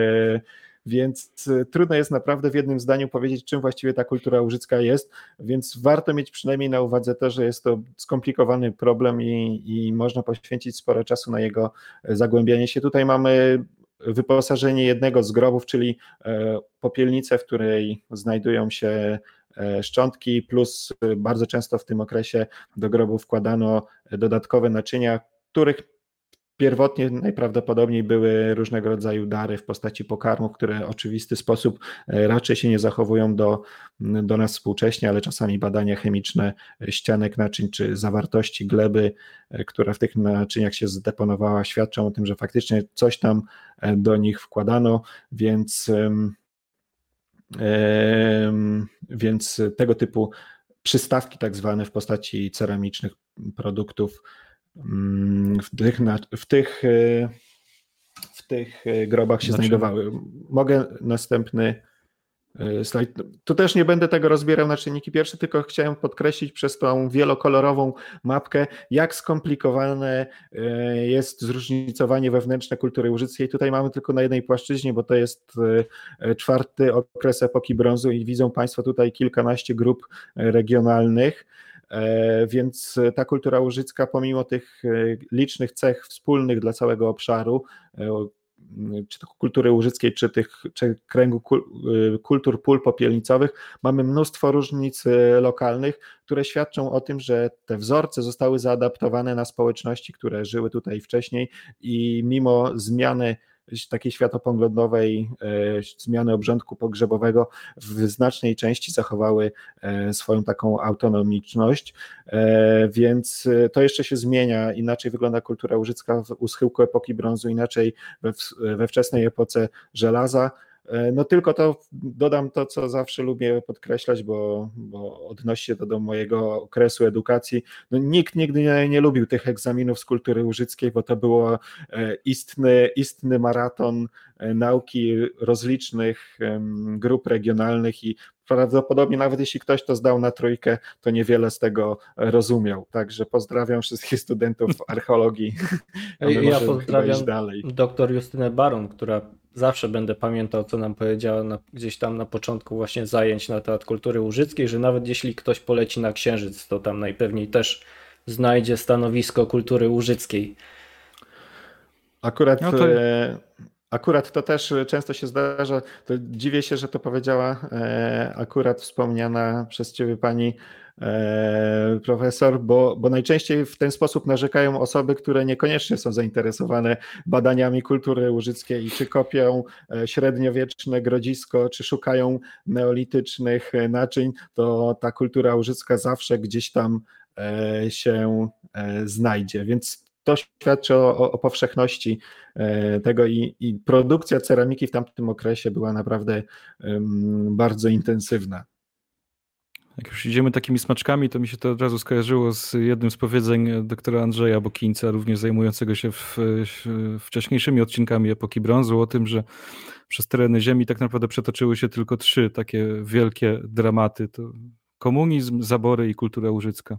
Więc trudno jest naprawdę w jednym zdaniu powiedzieć, czym właściwie ta kultura łużycka jest, więc warto mieć przynajmniej na uwadze to, że jest to skomplikowany problem i można poświęcić sporo czasu na jego zagłębianie się. Tutaj mamy wyposażenie jednego z grobów, czyli popielnicę, w której znajdują się szczątki, plus bardzo często w tym okresie do grobu wkładano dodatkowe naczynia, których pierwotnie najprawdopodobniej były różnego rodzaju dary w postaci pokarmów, które w oczywisty sposób raczej się nie zachowują do nas współcześnie, ale czasami badania chemiczne ścianek naczyń czy zawartości gleby, która w tych naczyniach się zdeponowała, świadczą o tym, że faktycznie coś tam do nich wkładano, więc tego typu przystawki tak zwane w postaci ceramicznych produktów w tych grobach się znajdowały. Mogę następny slajd. Tu też nie będę tego rozbierał na czynniki pierwsze, tylko chciałem podkreślić przez tą wielokolorową mapkę, jak skomplikowane jest zróżnicowanie wewnętrzne kultury łużyckiej. Tutaj mamy tylko na jednej płaszczyźnie, bo to jest czwarty okres epoki brązu i widzą Państwo tutaj kilkanaście grup regionalnych. Więc ta kultura łużycka, pomimo tych licznych cech wspólnych dla całego obszaru, czy to kultury łużyckiej, czy kręgu kultur pól popielnicowych, mamy mnóstwo różnic lokalnych, które świadczą o tym, że te wzorce zostały zaadaptowane na społeczności, które żyły tutaj wcześniej i mimo zmiany takiej światopoglądowej, zmiany obrządku pogrzebowego w znacznej części zachowały swoją taką autonomiczność, więc to jeszcze się zmienia, inaczej wygląda kultura łużycka u schyłku epoki brązu, inaczej we wczesnej epoce żelaza, No tylko to dodam to, co zawsze lubię podkreślać, bo odnosi się to do mojego okresu edukacji. No, nikt nigdy nie lubił tych egzaminów z kultury łużyckiej, bo to było istny maraton nauki rozlicznych grup regionalnych i prawdopodobnie nawet jeśli ktoś to zdał na trójkę, to niewiele z tego rozumiał. Także pozdrawiam wszystkich studentów archeologii. A my Ja możemy chyba pozdrawiam iść dalej. dr Justynę Baron, która zawsze będę pamiętał, co nam powiedziała gdzieś tam na początku właśnie zajęć na temat kultury łużyckiej, że nawet jeśli ktoś poleci na Księżyc, to tam najpewniej też znajdzie stanowisko kultury łużyckiej. Akurat, No to- akurat to też często się zdarza, to dziwię się, że to powiedziała akurat wspomniana przez ciebie pani profesor, bo najczęściej w ten sposób narzekają osoby, które niekoniecznie są zainteresowane badaniami kultury łużyckiej, czy kopią średniowieczne grodzisko, czy szukają neolitycznych naczyń, to ta kultura łużycka zawsze gdzieś tam się znajdzie, więc to świadczy o powszechności tego i produkcja ceramiki w tamtym okresie była naprawdę bardzo intensywna. Jak już idziemy takimi smaczkami, to mi się to od razu skojarzyło z jednym z powiedzeń doktora Andrzeja Bokińca, również zajmującego się wcześniejszymi odcinkami epoki brązu, o tym, że przez tereny Ziemi tak naprawdę przetoczyły się tylko 3 takie wielkie dramaty. To komunizm, zabory i kultura łużycka.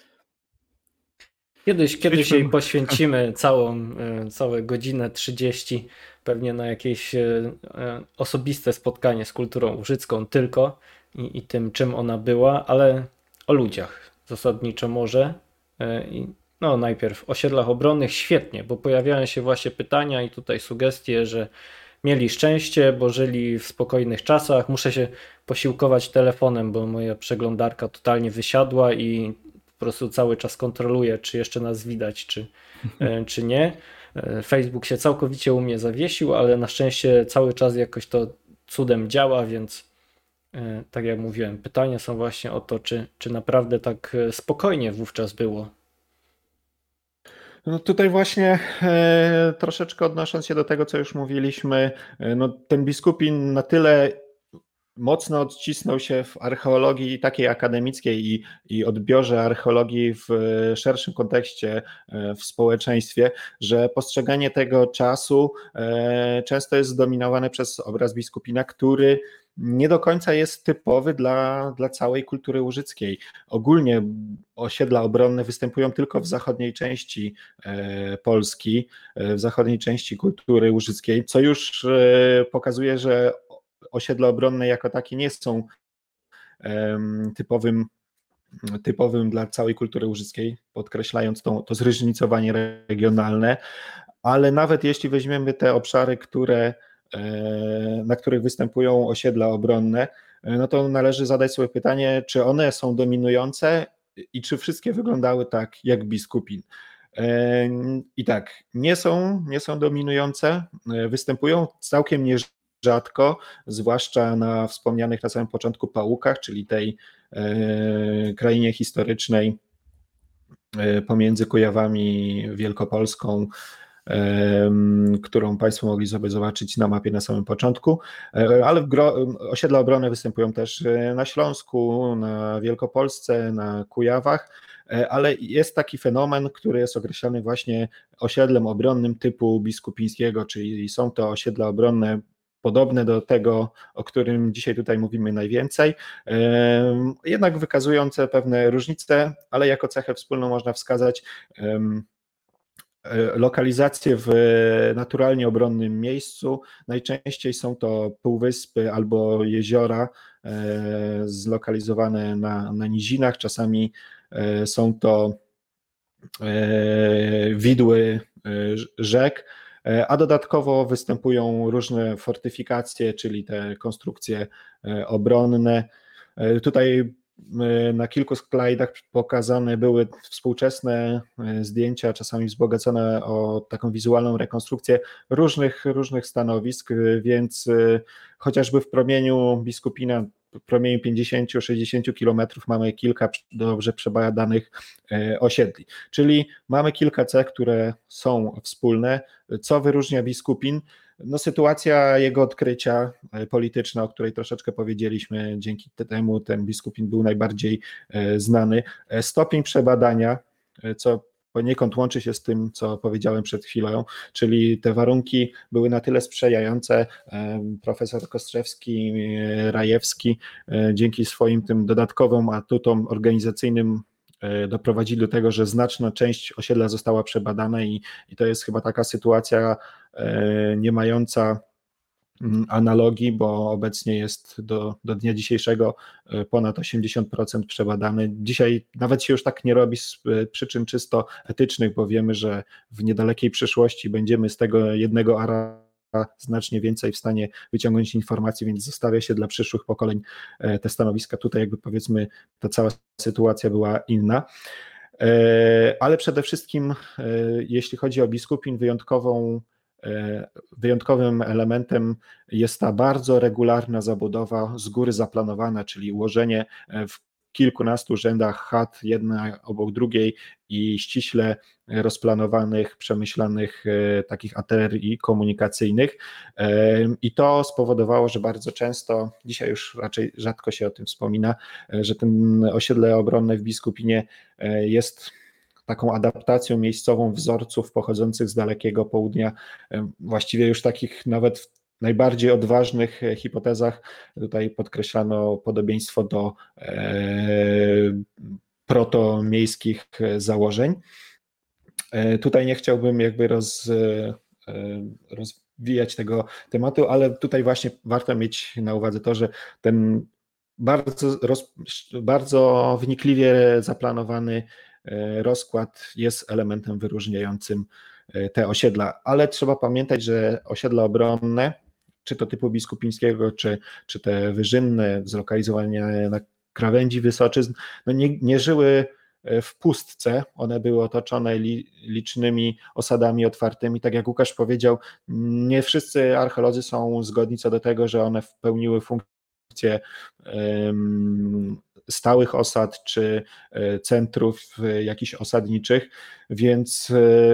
Kiedyś Przejdźmy- jej poświęcimy całe godzinę 30 pewnie na jakieś osobiste spotkanie z kulturą łużycką tylko i tym, czym ona była, ale o ludziach zasadniczo może. No najpierw osiedlach obronnych świetnie, bo pojawiają się właśnie pytania i tutaj sugestie, że mieli szczęście, bo żyli w spokojnych czasach. Muszę się posiłkować telefonem, bo moja przeglądarka totalnie wysiadła i po prostu cały czas kontroluję, czy jeszcze nas widać, czy nie. Facebook się całkowicie u mnie zawiesił, ale na szczęście cały czas jakoś to cudem działa, więc tak jak mówiłem, pytania są właśnie o to, czy naprawdę tak spokojnie wówczas było. No tutaj właśnie troszeczkę odnosząc się do tego, co już mówiliśmy, no ten biskupin na tyle mocno odcisnął się w archeologii takiej akademickiej i odbiorze archeologii w szerszym kontekście w społeczeństwie, że postrzeganie tego czasu często jest zdominowane przez obraz biskupina, który nie do końca jest typowy dla całej kultury łużyckiej. Ogólnie osiedla obronne występują tylko w zachodniej części Polski, w zachodniej części kultury łużyckiej, co już pokazuje, że osiedla obronne jako takie nie są typowym dla całej kultury łużyckiej, podkreślając to zróżnicowanie regionalne, ale nawet jeśli weźmiemy te obszary, na których występują osiedla obronne, no to należy zadać sobie pytanie, czy one są dominujące i czy wszystkie wyglądały tak jak biskupin. I tak, nie są dominujące, występują całkiem nierzadko, zwłaszcza na wspomnianych na samym początku Pałukach, czyli tej krainie historycznej pomiędzy Kujawami Wielkopolską, którą Państwo mogli sobie zobaczyć na mapie na samym początku, ale osiedla obronne występują też na Śląsku, na Wielkopolsce, na Kujawach, ale jest taki fenomen, który jest określany właśnie osiedlem obronnym typu biskupińskiego, czyli są to osiedla obronne podobne do tego, o którym dzisiaj tutaj mówimy najwięcej, jednak wykazujące pewne różnice, ale jako cechę wspólną można wskazać lokalizację w naturalnie obronnym miejscu. Najczęściej są to półwyspy albo jeziora zlokalizowane na nizinach, czasami są to widły rzek, a dodatkowo występują różne fortyfikacje, czyli te konstrukcje obronne. Tutaj na kilku slajdach pokazane były współczesne zdjęcia, czasami wzbogacone o taką wizualną rekonstrukcję różnych stanowisk, więc chociażby w promieniu biskupina, w promieniu 50-60 kilometrów mamy kilka dobrze przebadanych osiedli. Czyli mamy kilka cech, które są wspólne. Co wyróżnia biskupin? no, sytuacja jego odkrycia polityczna, o której troszeczkę powiedzieliśmy, dzięki temu ten biskupin był najbardziej znany. Stopień przebadania, co poniekąd łączy się z tym, co powiedziałem przed chwilą, czyli te warunki były na tyle sprzyjające. Profesor Kostrzewski, Rajewski dzięki swoim tym dodatkowym atutom organizacyjnym doprowadzili do tego, że znaczna część osiedla została przebadana i to jest chyba taka sytuacja nie mająca analogii, bo obecnie jest do dnia dzisiejszego ponad 80% przebadany. Dzisiaj nawet się już tak nie robi z przyczyn czysto etycznych, bo wiemy, że w niedalekiej przyszłości będziemy z tego jednego ara znacznie więcej w stanie wyciągnąć informacji, więc zostawia się dla przyszłych pokoleń te stanowiska. Tutaj jakby powiedzmy ta cała sytuacja była inna. Ale przede wszystkim jeśli chodzi o biskupin, wyjątkowym elementem jest ta bardzo regularna zabudowa z góry zaplanowana, czyli ułożenie w kilkunastu rzędach chat, jedna obok drugiej i ściśle rozplanowanych, przemyślanych takich arterii komunikacyjnych. I to spowodowało, że bardzo często, dzisiaj już raczej rzadko się o tym wspomina, że ten osiedle obronne w Biskupinie jest taką adaptacją miejscową wzorców pochodzących z dalekiego południa, właściwie już takich nawet w najbardziej odważnych hipotezach. Tutaj podkreślano podobieństwo do protomiejskich założeń. Tutaj nie chciałbym jakby rozwijać tego tematu, ale tutaj właśnie warto mieć na uwadze to, że ten bardzo wnikliwie zaplanowany rozkład jest elementem wyróżniającym te osiedla, ale trzeba pamiętać, że osiedla obronne, czy to typu biskupińskiego, czy te wyżynne, zlokalizowane na krawędzi wysoczyzn, no nie żyły w pustce, one były otoczone licznymi osadami otwartymi. Tak jak Łukasz powiedział, nie wszyscy archeolodzy są zgodni co do tego, że one pełniły funkcję stałych osad czy centrów jakichś osadniczych, więc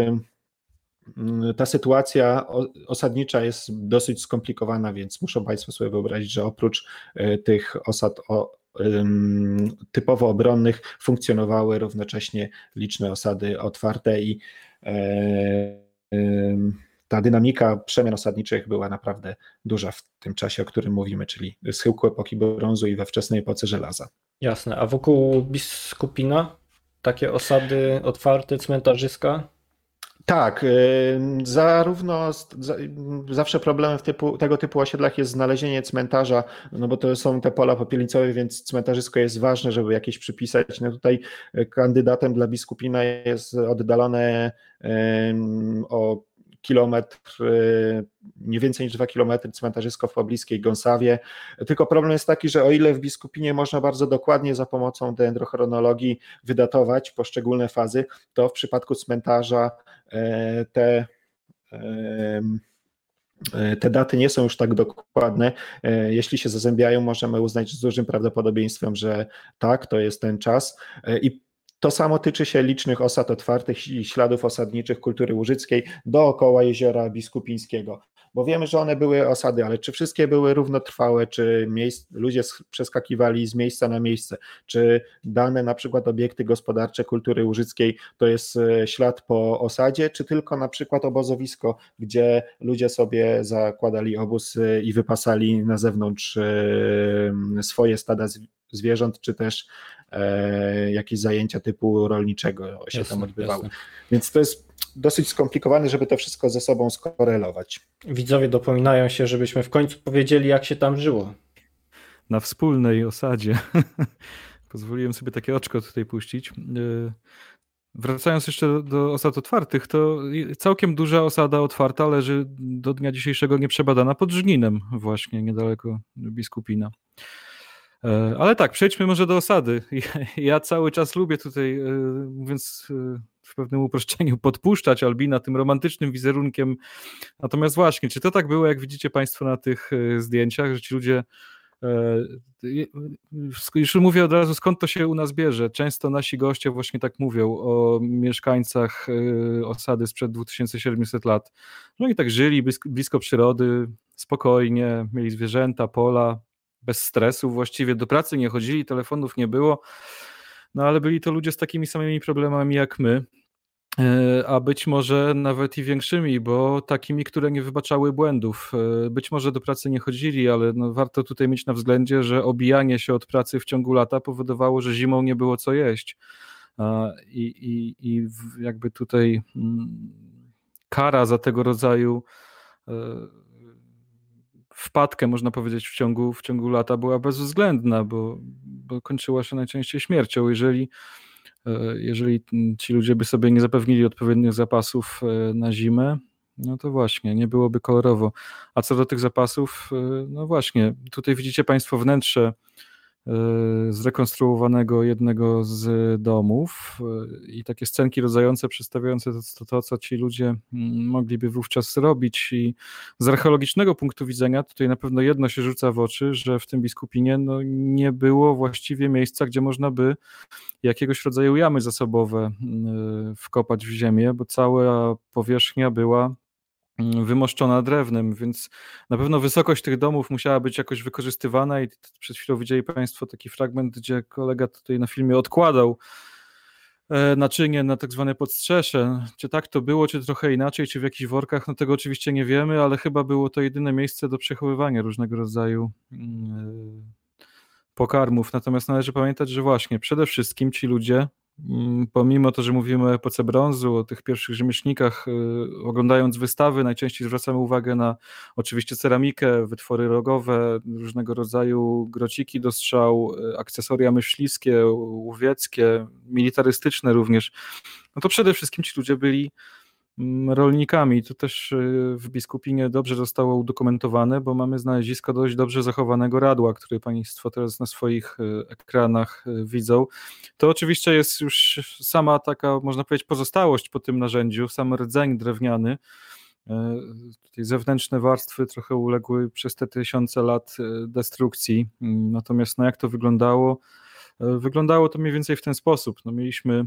ta sytuacja osadnicza jest dosyć skomplikowana, więc muszą Państwo sobie wyobrazić, że oprócz tych osad typowo obronnych funkcjonowały równocześnie liczne osady otwarte i ta dynamika przemian osadniczych była naprawdę duża w tym czasie, o którym mówimy, czyli schyłku epoki brązu i we wczesnej epoce żelaza. Jasne, a wokół Biskupina takie osady otwarte, cmentarzyska? Tak, zawsze problemem w tego typu osiedlach jest znalezienie cmentarza, no bo to są te pola popielnicowe, więc cmentarzysko jest ważne, żeby jakieś przypisać. No tutaj kandydatem dla Biskupina jest oddalone o kilometr, nie więcej niż 2 kilometry cmentarzysko w pobliskiej Gąsawie. Tylko problem jest taki, że o ile w Biskupinie można bardzo dokładnie za pomocą dendrochronologii wydatować poszczególne fazy, to w przypadku cmentarza te daty nie są już tak dokładne. Jeśli się zazębiają, możemy uznać z dużym prawdopodobieństwem, że tak, to jest ten czas. I to samo tyczy się licznych osad otwartych i śladów osadniczych kultury łużyckiej dookoła jeziora Biskupińskiego, bo wiemy, że one były osady, ale czy wszystkie były równotrwałe, czy ludzie przeskakiwali z miejsca na miejsce, czy dane na przykład obiekty gospodarcze kultury łużyckiej to jest ślad po osadzie, czy tylko na przykład obozowisko, gdzie ludzie sobie zakładali obóz i wypasali na zewnątrz swoje stada zwierząt, czy też jakieś zajęcia typu rolniczego się tam odbywały. Jasne. Więc to jest dosyć skomplikowane, żeby to wszystko ze sobą skorelować. Widzowie dopominają się, żebyśmy w końcu powiedzieli, jak się tam żyło. Na wspólnej osadzie. Pozwoliłem sobie takie oczko tutaj puścić. Wracając jeszcze do osad otwartych, to całkiem duża osada otwarta leży do dnia dzisiejszego nieprzebadana pod Żninem, właśnie niedaleko Biskupina. Ale tak, przejdźmy może do osady. Ja cały czas lubię tutaj, mówiąc w pewnym uproszczeniu, podpuszczać Albina tym romantycznym wizerunkiem. Natomiast właśnie, czy to tak było, jak widzicie Państwo na tych zdjęciach, że ci ludzie Już mówię od razu, skąd to się u nas bierze. Często nasi goście właśnie tak mówią o mieszkańcach osady sprzed 2700 lat. No i tak żyli blisko przyrody, spokojnie, mieli zwierzęta, pola, bez stresu właściwie, do pracy nie chodzili, telefonów nie było, no ale byli to ludzie z takimi samymi problemami jak my, a być może nawet i większymi, bo takimi, które nie wybaczały błędów. Być może do pracy nie chodzili, ale no warto tutaj mieć na względzie, że obijanie się od pracy w ciągu lata powodowało, że zimą nie było co jeść. I jakby tutaj kara za tego rodzaju wpadkę, można powiedzieć, w ciągu lata była bezwzględna, bo kończyła się najczęściej śmiercią. Jeżeli ci ludzie by sobie nie zapewnili odpowiednich zapasów na zimę, no to właśnie, nie byłoby kolorowo. A co do tych zapasów, no właśnie, tutaj widzicie Państwo wnętrze zrekonstruowanego jednego z domów i takie scenki rodzające, przedstawiające to, co ci ludzie mogliby wówczas robić. I z archeologicznego punktu widzenia tutaj na pewno jedno się rzuca w oczy, że w tym Biskupinie no, nie było właściwie miejsca, gdzie można by jakiegoś rodzaju jamy zasobowe wkopać w ziemię, bo cała powierzchnia była wymoszczona drewnem, więc na pewno wysokość tych domów musiała być jakoś wykorzystywana i przed chwilą widzieli Państwo taki fragment, gdzie kolega tutaj na filmie odkładał naczynie na tak zwane podstrzesze. Czy tak to było, czy trochę inaczej, czy w jakichś workach, no tego oczywiście nie wiemy, ale chyba było to jedyne miejsce do przechowywania różnego rodzaju pokarmów. Natomiast należy pamiętać, że właśnie przede wszystkim ci ludzie, pomimo to, że mówimy o epoce brązu, o tych pierwszych rzemieślnikach, oglądając wystawy, najczęściej zwracamy uwagę na oczywiście ceramikę, wytwory rogowe, różnego rodzaju grociki do strzał, akcesoria myśliwskie, łowieckie, militarystyczne również. No to przede wszystkim ci ludzie byli rolnikami. To też w Biskupinie dobrze zostało udokumentowane, bo mamy znalezisko dość dobrze zachowanego radła, które Państwo teraz na swoich ekranach widzą. To oczywiście jest już sama taka, można powiedzieć, pozostałość po tym narzędziu, sam rdzeń drewniany. Tutaj zewnętrzne warstwy trochę uległy przez te tysiące lat destrukcji. Natomiast no jak to wyglądało? Wyglądało to mniej więcej w ten sposób. No mieliśmy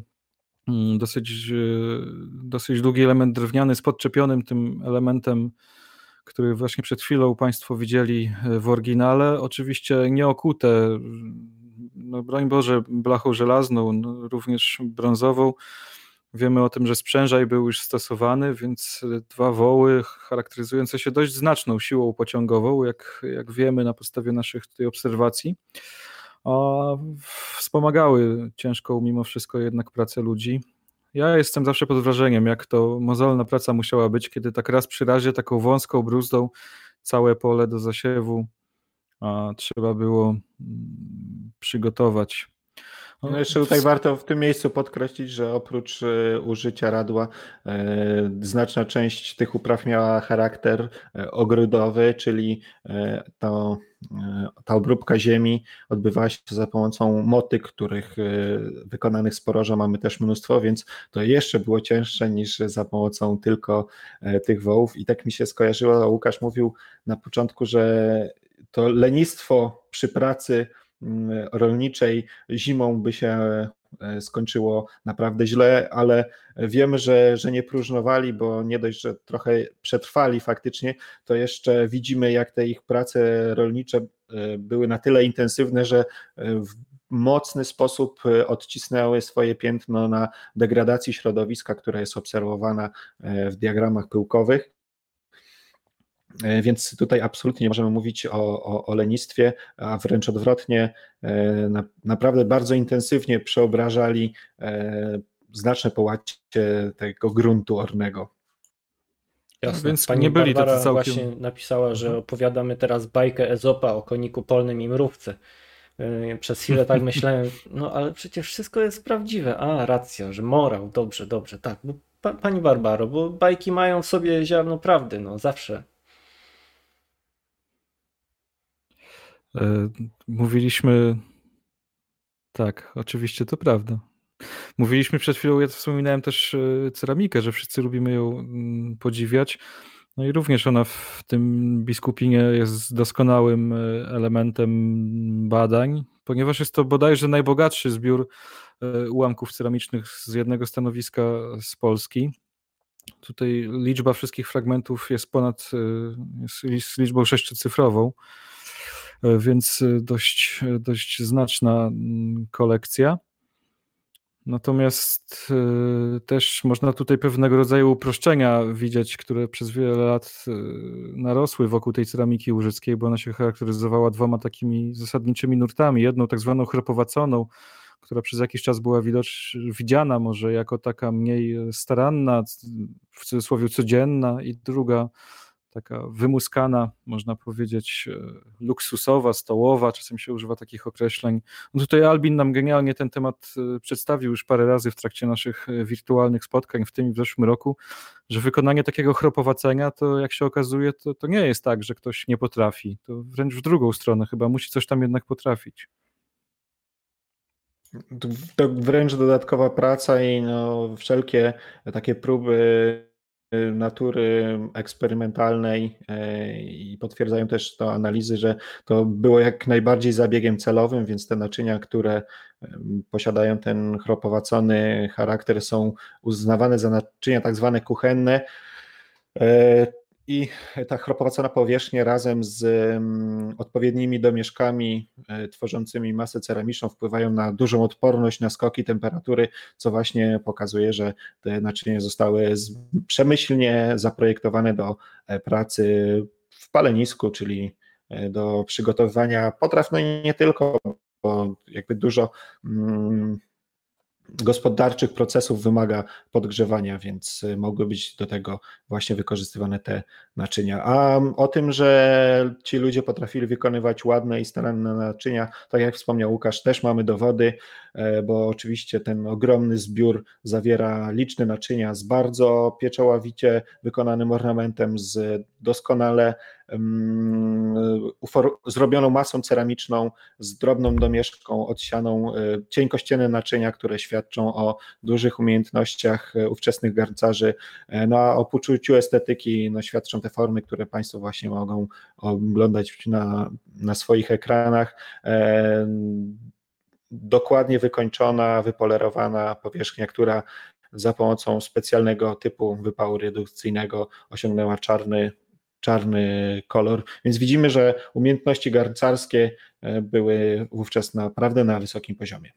dosyć długi element drewniany z podczepionym tym elementem, który właśnie przed chwilą Państwo widzieli w oryginale. Oczywiście nie okute, no broń Boże, blachą żelazną, no również brązową. Wiemy o tym, że sprzężaj był już stosowany, więc dwa woły charakteryzujące się dość znaczną siłą pociągową, jak wiemy na podstawie naszych tutaj obserwacji, wspomagały ciężką mimo wszystko jednak pracę ludzi. Ja jestem zawsze pod wrażeniem, jak to mozolna praca musiała być, kiedy tak raz przy razie taką wąską bruzdą całe pole do zasiewu trzeba było przygotować. No jeszcze tutaj warto w tym miejscu podkreślić, że oprócz użycia radła znaczna część tych upraw miała charakter ogrodowy, czyli ta obróbka ziemi odbywała się za pomocą motyk, których wykonanych z poroża mamy też mnóstwo, więc to jeszcze było cięższe niż za pomocą tylko tych wołów. I tak mi się skojarzyło, Łukasz mówił na początku, że to lenistwo przy pracy rolniczej zimą by się skończyło naprawdę źle, ale wiemy, że nie próżnowali, bo nie dość, że trochę przetrwali faktycznie, to jeszcze widzimy, jak te ich prace rolnicze były na tyle intensywne, że w mocny sposób odcisnęły swoje piętno na degradacji środowiska, która jest obserwowana w diagramach pyłkowych. Więc tutaj absolutnie nie możemy mówić o lenistwie, a wręcz odwrotnie, naprawdę bardzo intensywnie przeobrażali znaczne połacie tego gruntu ornego. Jasne. Więc Pani nie byli Barbara tacy całkiem... właśnie napisała, że opowiadamy teraz bajkę Ezopa o koniku polnym i mrówce. Przez chwilę tak myślałem, no ale przecież wszystko jest prawdziwe. A, racja, że morał, dobrze, tak. Bo, Pani Barbaro, bo bajki mają w sobie ziarno prawdy, no zawsze. Mówiliśmy... Tak, oczywiście to prawda. Mówiliśmy przed chwilą, ja wspominałem też ceramikę, że wszyscy lubimy ją podziwiać. No i również ona w tym biskupinie jest doskonałym elementem badań, ponieważ jest to bodajże najbogatszy zbiór ułamków ceramicznych z jednego stanowiska z Polski. Tutaj liczba wszystkich fragmentów jest jest liczbą sześciocyfrową, więc dość znaczna kolekcja. Natomiast też można tutaj pewnego rodzaju uproszczenia widzieć, które przez wiele lat narosły wokół tej ceramiki łużyckiej, bo ona się charakteryzowała dwoma takimi zasadniczymi nurtami. Jedną tak zwaną chropowaconą, która przez jakiś czas była widziana może jako taka mniej staranna, w cudzysłowie codzienna, i druga taka wymuskana, można powiedzieć, luksusowa, stołowa, czasem się używa takich określeń. No tutaj Albin nam genialnie ten temat przedstawił już parę razy w trakcie naszych wirtualnych spotkań, w tym i w zeszłym roku, że wykonanie takiego chropowacenia, to jak się okazuje, to nie jest tak, że ktoś nie potrafi. To wręcz w drugą stronę, chyba musi coś tam jednak potrafić. To wręcz dodatkowa praca i no, wszelkie takie próby natury eksperymentalnej i potwierdzają też to analizy, że to było jak najbardziej zabiegiem celowym, więc te naczynia, które posiadają ten chropowacony charakter, są uznawane za naczynia tak zwane kuchenne. I ta chropowacona powierzchnia razem z odpowiednimi domieszkami tworzącymi masę ceramiczną wpływają na dużą odporność na skoki temperatury, co właśnie pokazuje, że te naczynia zostały przemyślnie zaprojektowane do pracy w palenisku, czyli do przygotowywania potraw, no i nie tylko, bo jakby dużo gospodarczych procesów wymaga podgrzewania, więc mogły być do tego właśnie wykorzystywane te naczynia. A o tym, że ci ludzie potrafili wykonywać ładne i staranne naczynia, tak jak wspomniał Łukasz, też mamy dowody, bo oczywiście ten ogromny zbiór zawiera liczne naczynia z bardzo pieczoławicie wykonanym ornamentem, z doskonale zrobioną masą ceramiczną, z drobną domieszką odsianą, cienkościenne naczynia, które świadczą o dużych umiejętnościach ówczesnych garncarzy, no a o poczuciu estetyki no, świadczą te formy, które Państwo właśnie mogą oglądać na swoich ekranach. Dokładnie wykończona, wypolerowana powierzchnia, która za pomocą specjalnego typu wypału redukcyjnego osiągnęła czarny kolor, więc widzimy, że umiejętności garncarskie były wówczas naprawdę na wysokim poziomie.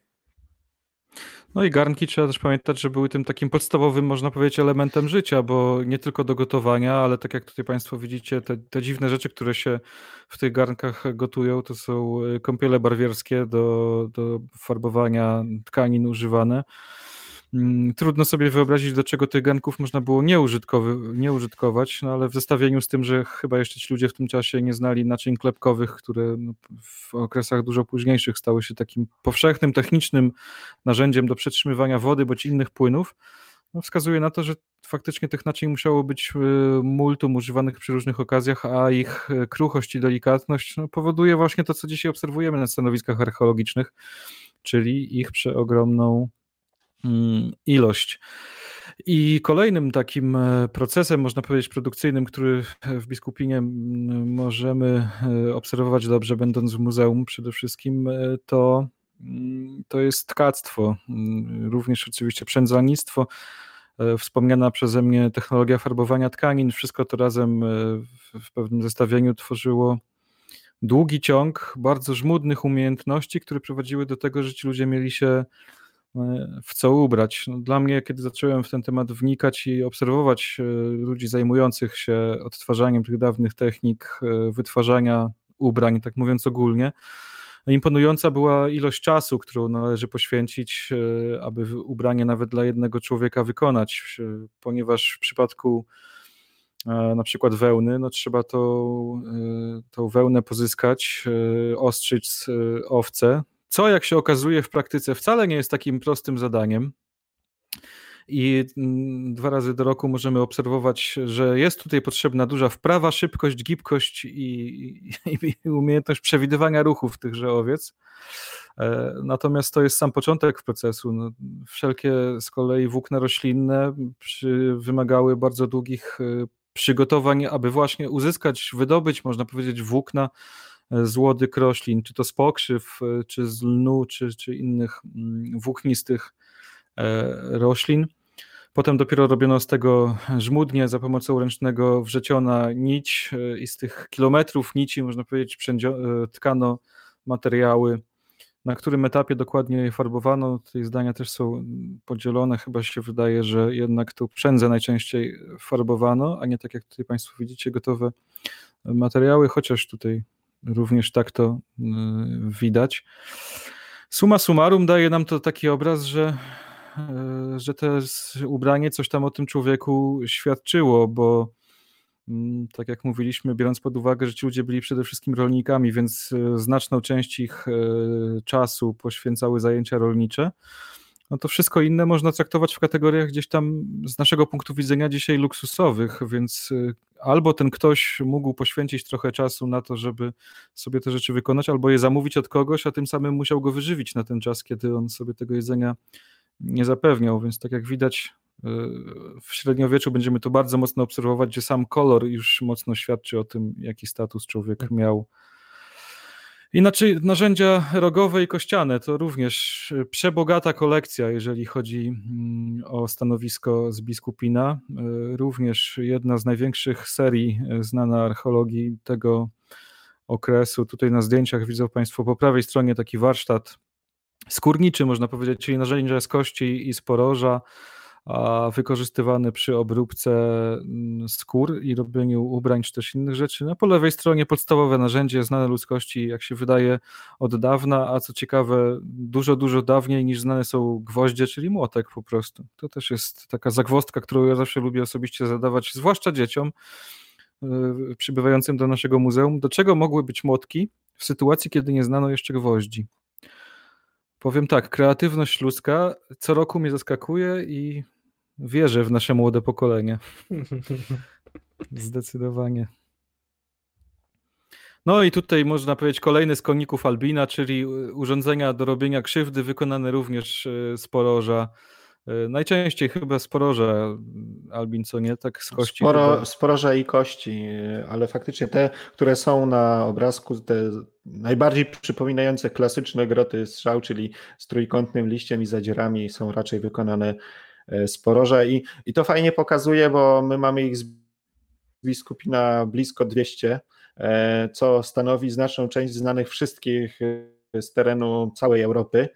No i garnki trzeba też pamiętać, że były tym takim podstawowym, można powiedzieć, elementem życia, bo nie tylko do gotowania, ale tak jak tutaj Państwo widzicie, te dziwne rzeczy, które się w tych garnkach gotują, to są kąpiele barwierskie do farbowania tkanin używane. Trudno sobie wyobrazić, do czego tych garnków można było nie użytkować, no ale w zestawieniu z tym, że chyba jeszcze ci ludzie w tym czasie nie znali naczyń klepkowych, które w okresach dużo późniejszych stały się takim powszechnym, technicznym narzędziem do przetrzymywania wody bądź innych płynów, no wskazuje na to, że faktycznie tych naczyń musiało być multum używanych przy różnych okazjach, a ich kruchość i delikatność no, powoduje właśnie to, co dzisiaj obserwujemy na stanowiskach archeologicznych, czyli ich przeogromną ilość. I kolejnym takim procesem, można powiedzieć, produkcyjnym, który w Biskupinie możemy obserwować dobrze, będąc w muzeum przede wszystkim, to jest tkactwo, również oczywiście przędzalnictwo, wspomniana przeze mnie technologia farbowania tkanin, wszystko to razem w pewnym zestawieniu tworzyło długi ciąg bardzo żmudnych umiejętności, które prowadziły do tego, że ci ludzie mieli się w co ubrać. No, dla mnie, kiedy zacząłem w ten temat wnikać i obserwować ludzi zajmujących się odtwarzaniem tych dawnych technik wytwarzania ubrań, tak mówiąc ogólnie, imponująca była ilość czasu, którą należy poświęcić, aby ubranie nawet dla jednego człowieka wykonać, ponieważ w przypadku na przykład wełny, no trzeba tą wełnę pozyskać, ostrzyc owce, co jak się okazuje w praktyce wcale nie jest takim prostym zadaniem. I 2 razy do roku możemy obserwować, że jest tutaj potrzebna duża wprawa, szybkość, gibkość i umiejętność przewidywania ruchów tychże owiec. Natomiast to jest sam początek procesu. No, wszelkie z kolei włókna roślinne wymagały bardzo długich przygotowań, aby właśnie uzyskać, wydobyć, można powiedzieć, włókna z łodyg roślin, czy to z pokrzyw, czy z lnu, czy innych włóknistych roślin. Potem dopiero robiono z tego żmudnie za pomocą ręcznego wrzeciona nić i z tych kilometrów nici, można powiedzieć, tkano materiały. Na którym etapie dokładnie je farbowano, tutaj zdania też są podzielone. Chyba się wydaje, że jednak tu przędzę najczęściej farbowano, a nie tak jak tutaj Państwo widzicie, gotowe materiały, chociaż tutaj również tak to widać. Summa summarum daje nam to taki obraz, że to ubranie coś tam o tym człowieku świadczyło, bo tak jak mówiliśmy, biorąc pod uwagę, że ci ludzie byli przede wszystkim rolnikami, więc znaczną część ich czasu poświęcały zajęcia rolnicze, no to wszystko inne można traktować w kategoriach gdzieś tam z naszego punktu widzenia dzisiaj luksusowych, więc albo ten ktoś mógł poświęcić trochę czasu na to, żeby sobie te rzeczy wykonać, albo je zamówić od kogoś, a tym samym musiał go wyżywić na ten czas, kiedy on sobie tego jedzenia nie zapewniał, więc tak jak widać w średniowieczu będziemy to bardzo mocno obserwować, gdzie sam kolor już mocno świadczy o tym, jaki status człowiek miał. Inaczej narzędzia rogowe i kościane to również przebogata kolekcja, jeżeli chodzi o stanowisko z Biskupina. Również jedna z największych serii znana archeologii tego okresu. Tutaj na zdjęciach widzą Państwo po prawej stronie taki warsztat skórniczy, można powiedzieć, czyli narzędzia z kości i z poroża, wykorzystywany przy obróbce skór i robieniu ubrań czy też innych rzeczy. Na po lewej stronie podstawowe narzędzie znane ludzkości, jak się wydaje, od dawna, a co ciekawe, dużo, dużo dawniej niż znane są gwoździe, czyli młotek po prostu. To też jest taka zagwozdka, którą ja zawsze lubię osobiście zadawać, zwłaszcza dzieciom przybywającym do naszego muzeum. Do czego mogły być młotki w sytuacji, kiedy nie znano jeszcze gwoździ? Powiem tak, kreatywność ludzka co roku mnie zaskakuje i wierzę w nasze młode pokolenie. Zdecydowanie. No i tutaj można powiedzieć kolejny z koników Albina, czyli urządzenia do robienia krzywdy wykonane również z poroża. Najczęściej chyba z poroża, Albin, co nie? Tak z kości chyba. Sporoża i kości, ale faktycznie te, które są na obrazku, te najbardziej przypominające klasyczne groty strzał, czyli z trójkątnym liściem i zadzierami, są raczej wykonane z poroża i to fajnie pokazuje, bo my mamy ich z Biskupina blisko 200, co stanowi znaczną część znanych wszystkich z terenu całej Europy,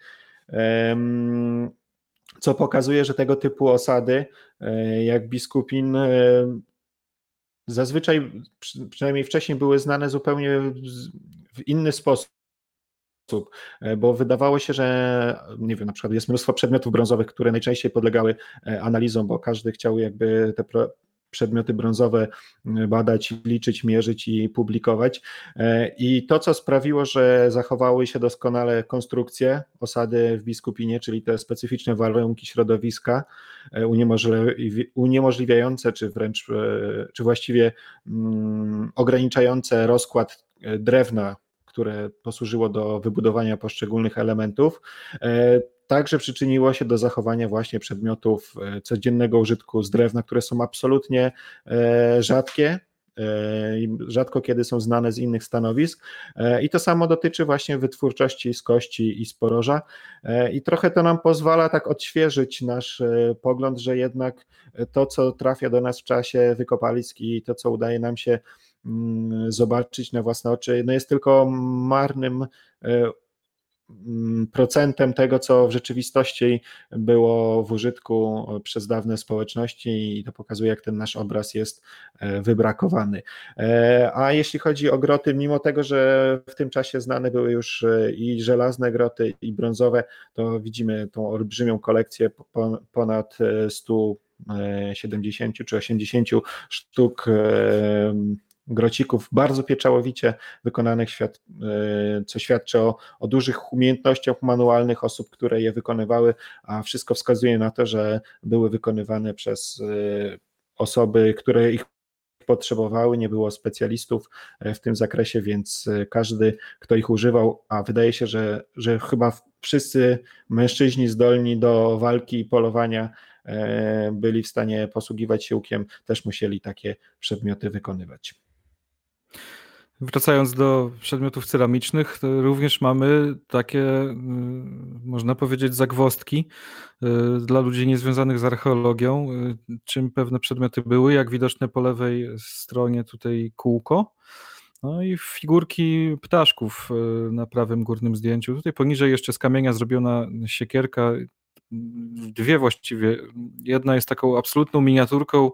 co pokazuje, że tego typu osady jak Biskupin zazwyczaj, przynajmniej wcześniej, były znane zupełnie w inny sposób, bo wydawało się, że nie wiem, na przykład jest mnóstwo przedmiotów brązowych, które najczęściej podlegały analizom, bo każdy chciał jakby te przedmioty brązowe badać, liczyć, mierzyć i publikować. I to, co sprawiło, że zachowały się doskonale konstrukcje osady w Biskupinie, czyli te specyficzne warunki środowiska, uniemożliwiające, czy właściwie ograniczające rozkład drewna, które posłużyło do wybudowania poszczególnych elementów, także przyczyniło się do zachowania właśnie przedmiotów codziennego użytku z drewna, które są absolutnie rzadkie, rzadko kiedy są znane z innych stanowisk i to samo dotyczy właśnie wytwórczości z kości i z poroża i trochę to nam pozwala tak odświeżyć nasz pogląd, że jednak to, co trafia do nas w czasie wykopalisk i to, co udaje nam się zobaczyć na własne oczy, no jest tylko marnym procentem tego, co w rzeczywistości było w użytku przez dawne społeczności i to pokazuje, jak ten nasz obraz jest wybrakowany. A jeśli chodzi o groty, mimo tego, że w tym czasie znane były już i żelazne groty, i brązowe, to widzimy tą olbrzymią kolekcję ponad 170 czy 80 sztuk grocików bardzo pieczołowicie wykonanych, co świadczy o dużych umiejętnościach manualnych osób, które je wykonywały, a wszystko wskazuje na to, że były wykonywane przez osoby, które ich potrzebowały, nie było specjalistów w tym zakresie, więc każdy, kto ich używał, a wydaje się, że chyba wszyscy mężczyźni zdolni do walki i polowania byli w stanie posługiwać się łukiem, też musieli takie przedmioty wykonywać. Wracając do przedmiotów ceramicznych, to również mamy takie, można powiedzieć, zagwozdki dla ludzi niezwiązanych z archeologią, czym pewne przedmioty były, jak widoczne po lewej stronie tutaj kółko, no i figurki ptaszków na prawym górnym zdjęciu. Tutaj poniżej jeszcze z kamienia zrobiona siekierka, dwie właściwie. Jedna jest taką absolutną miniaturką,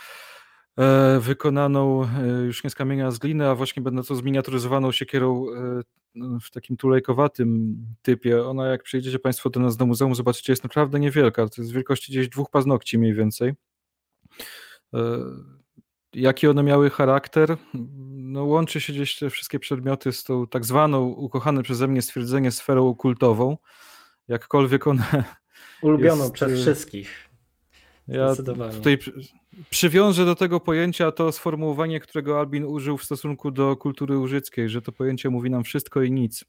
wykonaną już nie z kamienia, a z gliny, a właśnie będącą zminiaturyzowaną siekierą w takim tulejkowatym typie. Ona, jak przyjedziecie Państwo do nas do muzeum, zobaczycie, jest naprawdę niewielka. To jest wielkości gdzieś 2 paznokci mniej więcej. Jaki one miały charakter? No, łączy się gdzieś te wszystkie przedmioty z tą tak zwaną, ukochane przeze mnie stwierdzenie, sferą okultową. Jakkolwiek one Ulubioną jest, przez wszystkich. ja Zdecydowanie. tutaj przywiążę do tego pojęcia to sformułowanie, którego Albin użył w stosunku do kultury łużyckiej, że to pojęcie mówi nam wszystko i nic.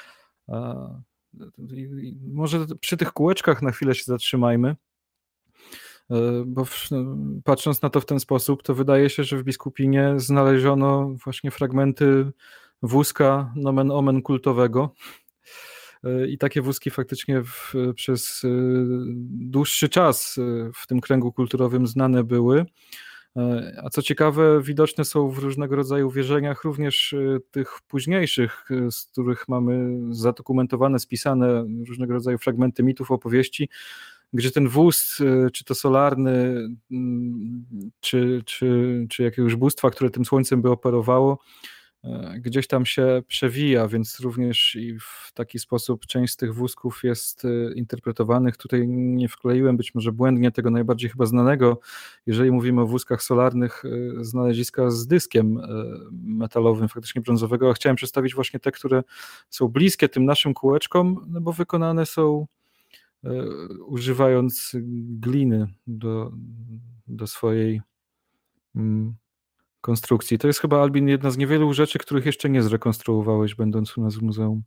Może przy tych kółeczkach na chwilę się zatrzymajmy, bo patrząc na to w ten sposób, to wydaje się, że w Biskupinie znaleziono właśnie fragmenty wózka nomen omen kultowego. I takie wózki faktycznie przez dłuższy czas w tym kręgu kulturowym znane były. A co ciekawe, widoczne są w różnego rodzaju wierzeniach, również tych późniejszych, z których mamy zadokumentowane, spisane różnego rodzaju fragmenty mitów, opowieści, gdzie ten wóz, czy to solarny, czy jakiegoś bóstwa, które tym słońcem by operowało, gdzieś tam się przewija, więc również i w taki sposób część z tych wózków jest interpretowanych. Tutaj nie wkleiłem być może błędnie tego najbardziej chyba znanego, jeżeli mówimy o wózkach solarnych, znaleziska z dyskiem metalowym, faktycznie brązowego, a chciałem przedstawić właśnie te, które są bliskie tym naszym kółeczkom, no bo wykonane są używając gliny do swojej konstrukcji. To jest chyba, Albin, jedna z niewielu rzeczy, których jeszcze nie zrekonstruowałeś, będąc u nas w muzeum.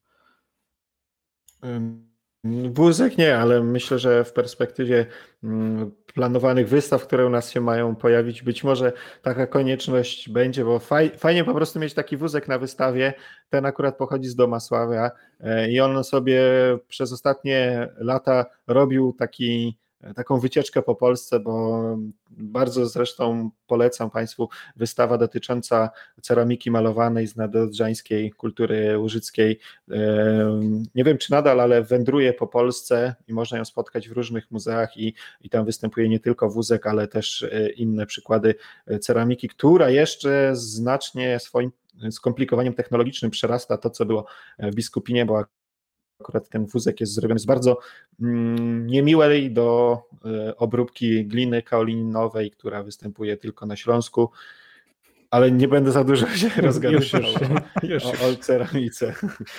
Wózek nie, ale myślę, że w perspektywie planowanych wystaw, które u nas się mają pojawić, być może taka konieczność będzie, bo fajnie po prostu mieć taki wózek na wystawie. Ten akurat pochodzi z Domasławia i on sobie przez ostatnie lata robił taką wycieczkę po Polsce, bo bardzo zresztą polecam Państwu wystawa dotycząca ceramiki malowanej z nadodrzańskiej kultury łużyckiej. Nie wiem, czy nadal, ale wędruje po Polsce i można ją spotkać w różnych muzeach i tam występuje nie tylko wózek, ale też inne przykłady ceramiki, która jeszcze znacznie swoim skomplikowaniem technologicznym przerasta to, co było w Biskupinie, bo akurat ten wózek jest zrobiony z bardzo niemiłej do obróbki gliny kaolinowej, która występuje tylko na Śląsku, ale nie będę za dużo się rozgadywał o ceramice.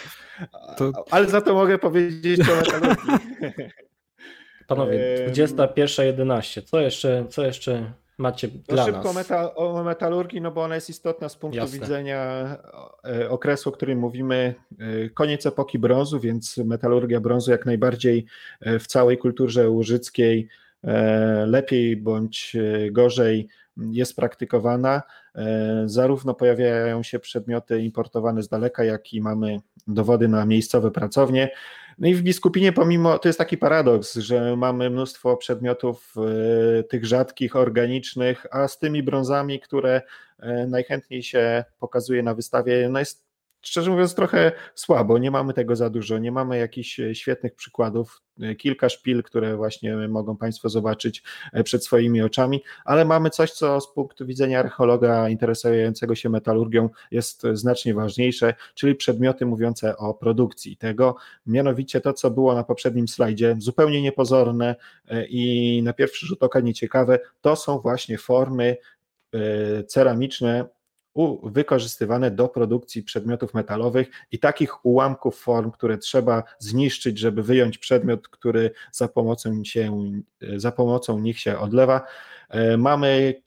Ale za to mogę powiedzieć o metalurgii. Panowie, 21:11. Co jeszcze macie dla szybko nas? o metalurgii, no bo ona jest istotna z punktu widzenia okresu, o którym mówimy, koniec epoki brązu, więc metalurgia brązu jak najbardziej w całej kulturze łużyckiej lepiej bądź gorzej jest praktykowana. Zarówno pojawiają się przedmioty importowane z daleka, jak i mamy dowody na miejscowe pracownie. No i w Biskupinie to jest taki paradoks, że mamy mnóstwo przedmiotów tych rzadkich, organicznych, a z tymi brązami, które najchętniej się pokazuje na wystawie, no jest szczerze mówiąc trochę słabo, nie mamy tego za dużo, nie mamy jakichś świetnych przykładów, kilka szpil, które właśnie mogą Państwo zobaczyć przed swoimi oczami, ale mamy coś, co z punktu widzenia archeologa interesującego się metalurgią jest znacznie ważniejsze, czyli przedmioty mówiące o produkcji tego, mianowicie to, co było na poprzednim slajdzie, zupełnie niepozorne i na pierwszy rzut oka nieciekawe, to są właśnie formy ceramiczne wykorzystywane do produkcji przedmiotów metalowych i takich ułamków form, które trzeba zniszczyć, żeby wyjąć przedmiot, który za pomocą nich się odlewa. Mamy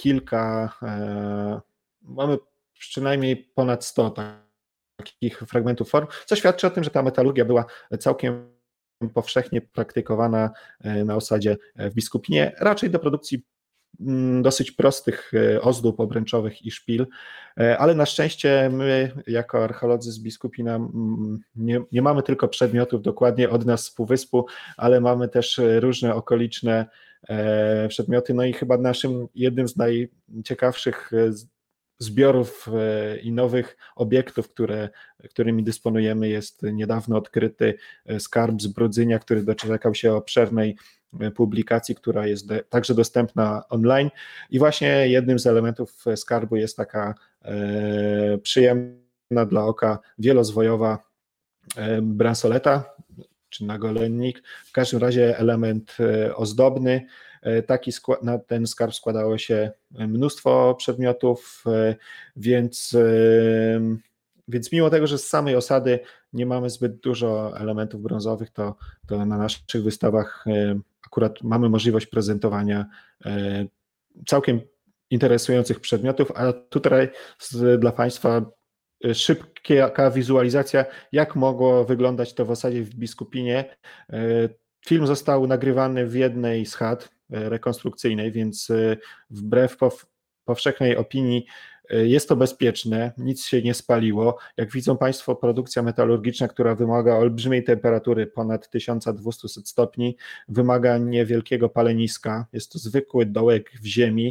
mamy przynajmniej ponad 100 takich fragmentów form, co świadczy o tym, że ta metalurgia była całkiem powszechnie praktykowana na osadzie w Biskupinie, raczej do produkcji dosyć prostych ozdób obręczowych i szpil, ale na szczęście my jako archeolodzy z Biskupina nie mamy tylko przedmiotów dokładnie od nas z Półwyspu, ale mamy też różne okoliczne przedmioty, no i chyba naszym jednym z najciekawszych zbiorów i nowych obiektów, którymi dysponujemy, jest niedawno odkryty skarb z Brudzynia, który doczekał się obszernej publikacji, która jest także dostępna online i właśnie jednym z elementów skarbu jest taka przyjemna dla oka wielozwojowa bransoleta czy nagolennik, w każdym razie element ozdobny. Na ten skarb składało się mnóstwo przedmiotów, więc mimo tego, że z samej osady nie mamy zbyt dużo elementów brązowych, to na naszych wystawach akurat mamy możliwość prezentowania całkiem interesujących przedmiotów, a tutaj dla Państwa szybka wizualizacja, jak mogło wyglądać to w osadzie w Biskupinie. Film został nagrywany w jednej z chat rekonstrukcyjnej, więc wbrew powszechnej opinii jest to bezpieczne, nic się nie spaliło. Jak widzą Państwo, produkcja metalurgiczna, która wymaga olbrzymiej temperatury, ponad 1200 stopni, wymaga niewielkiego paleniska, jest to zwykły dołek w ziemi,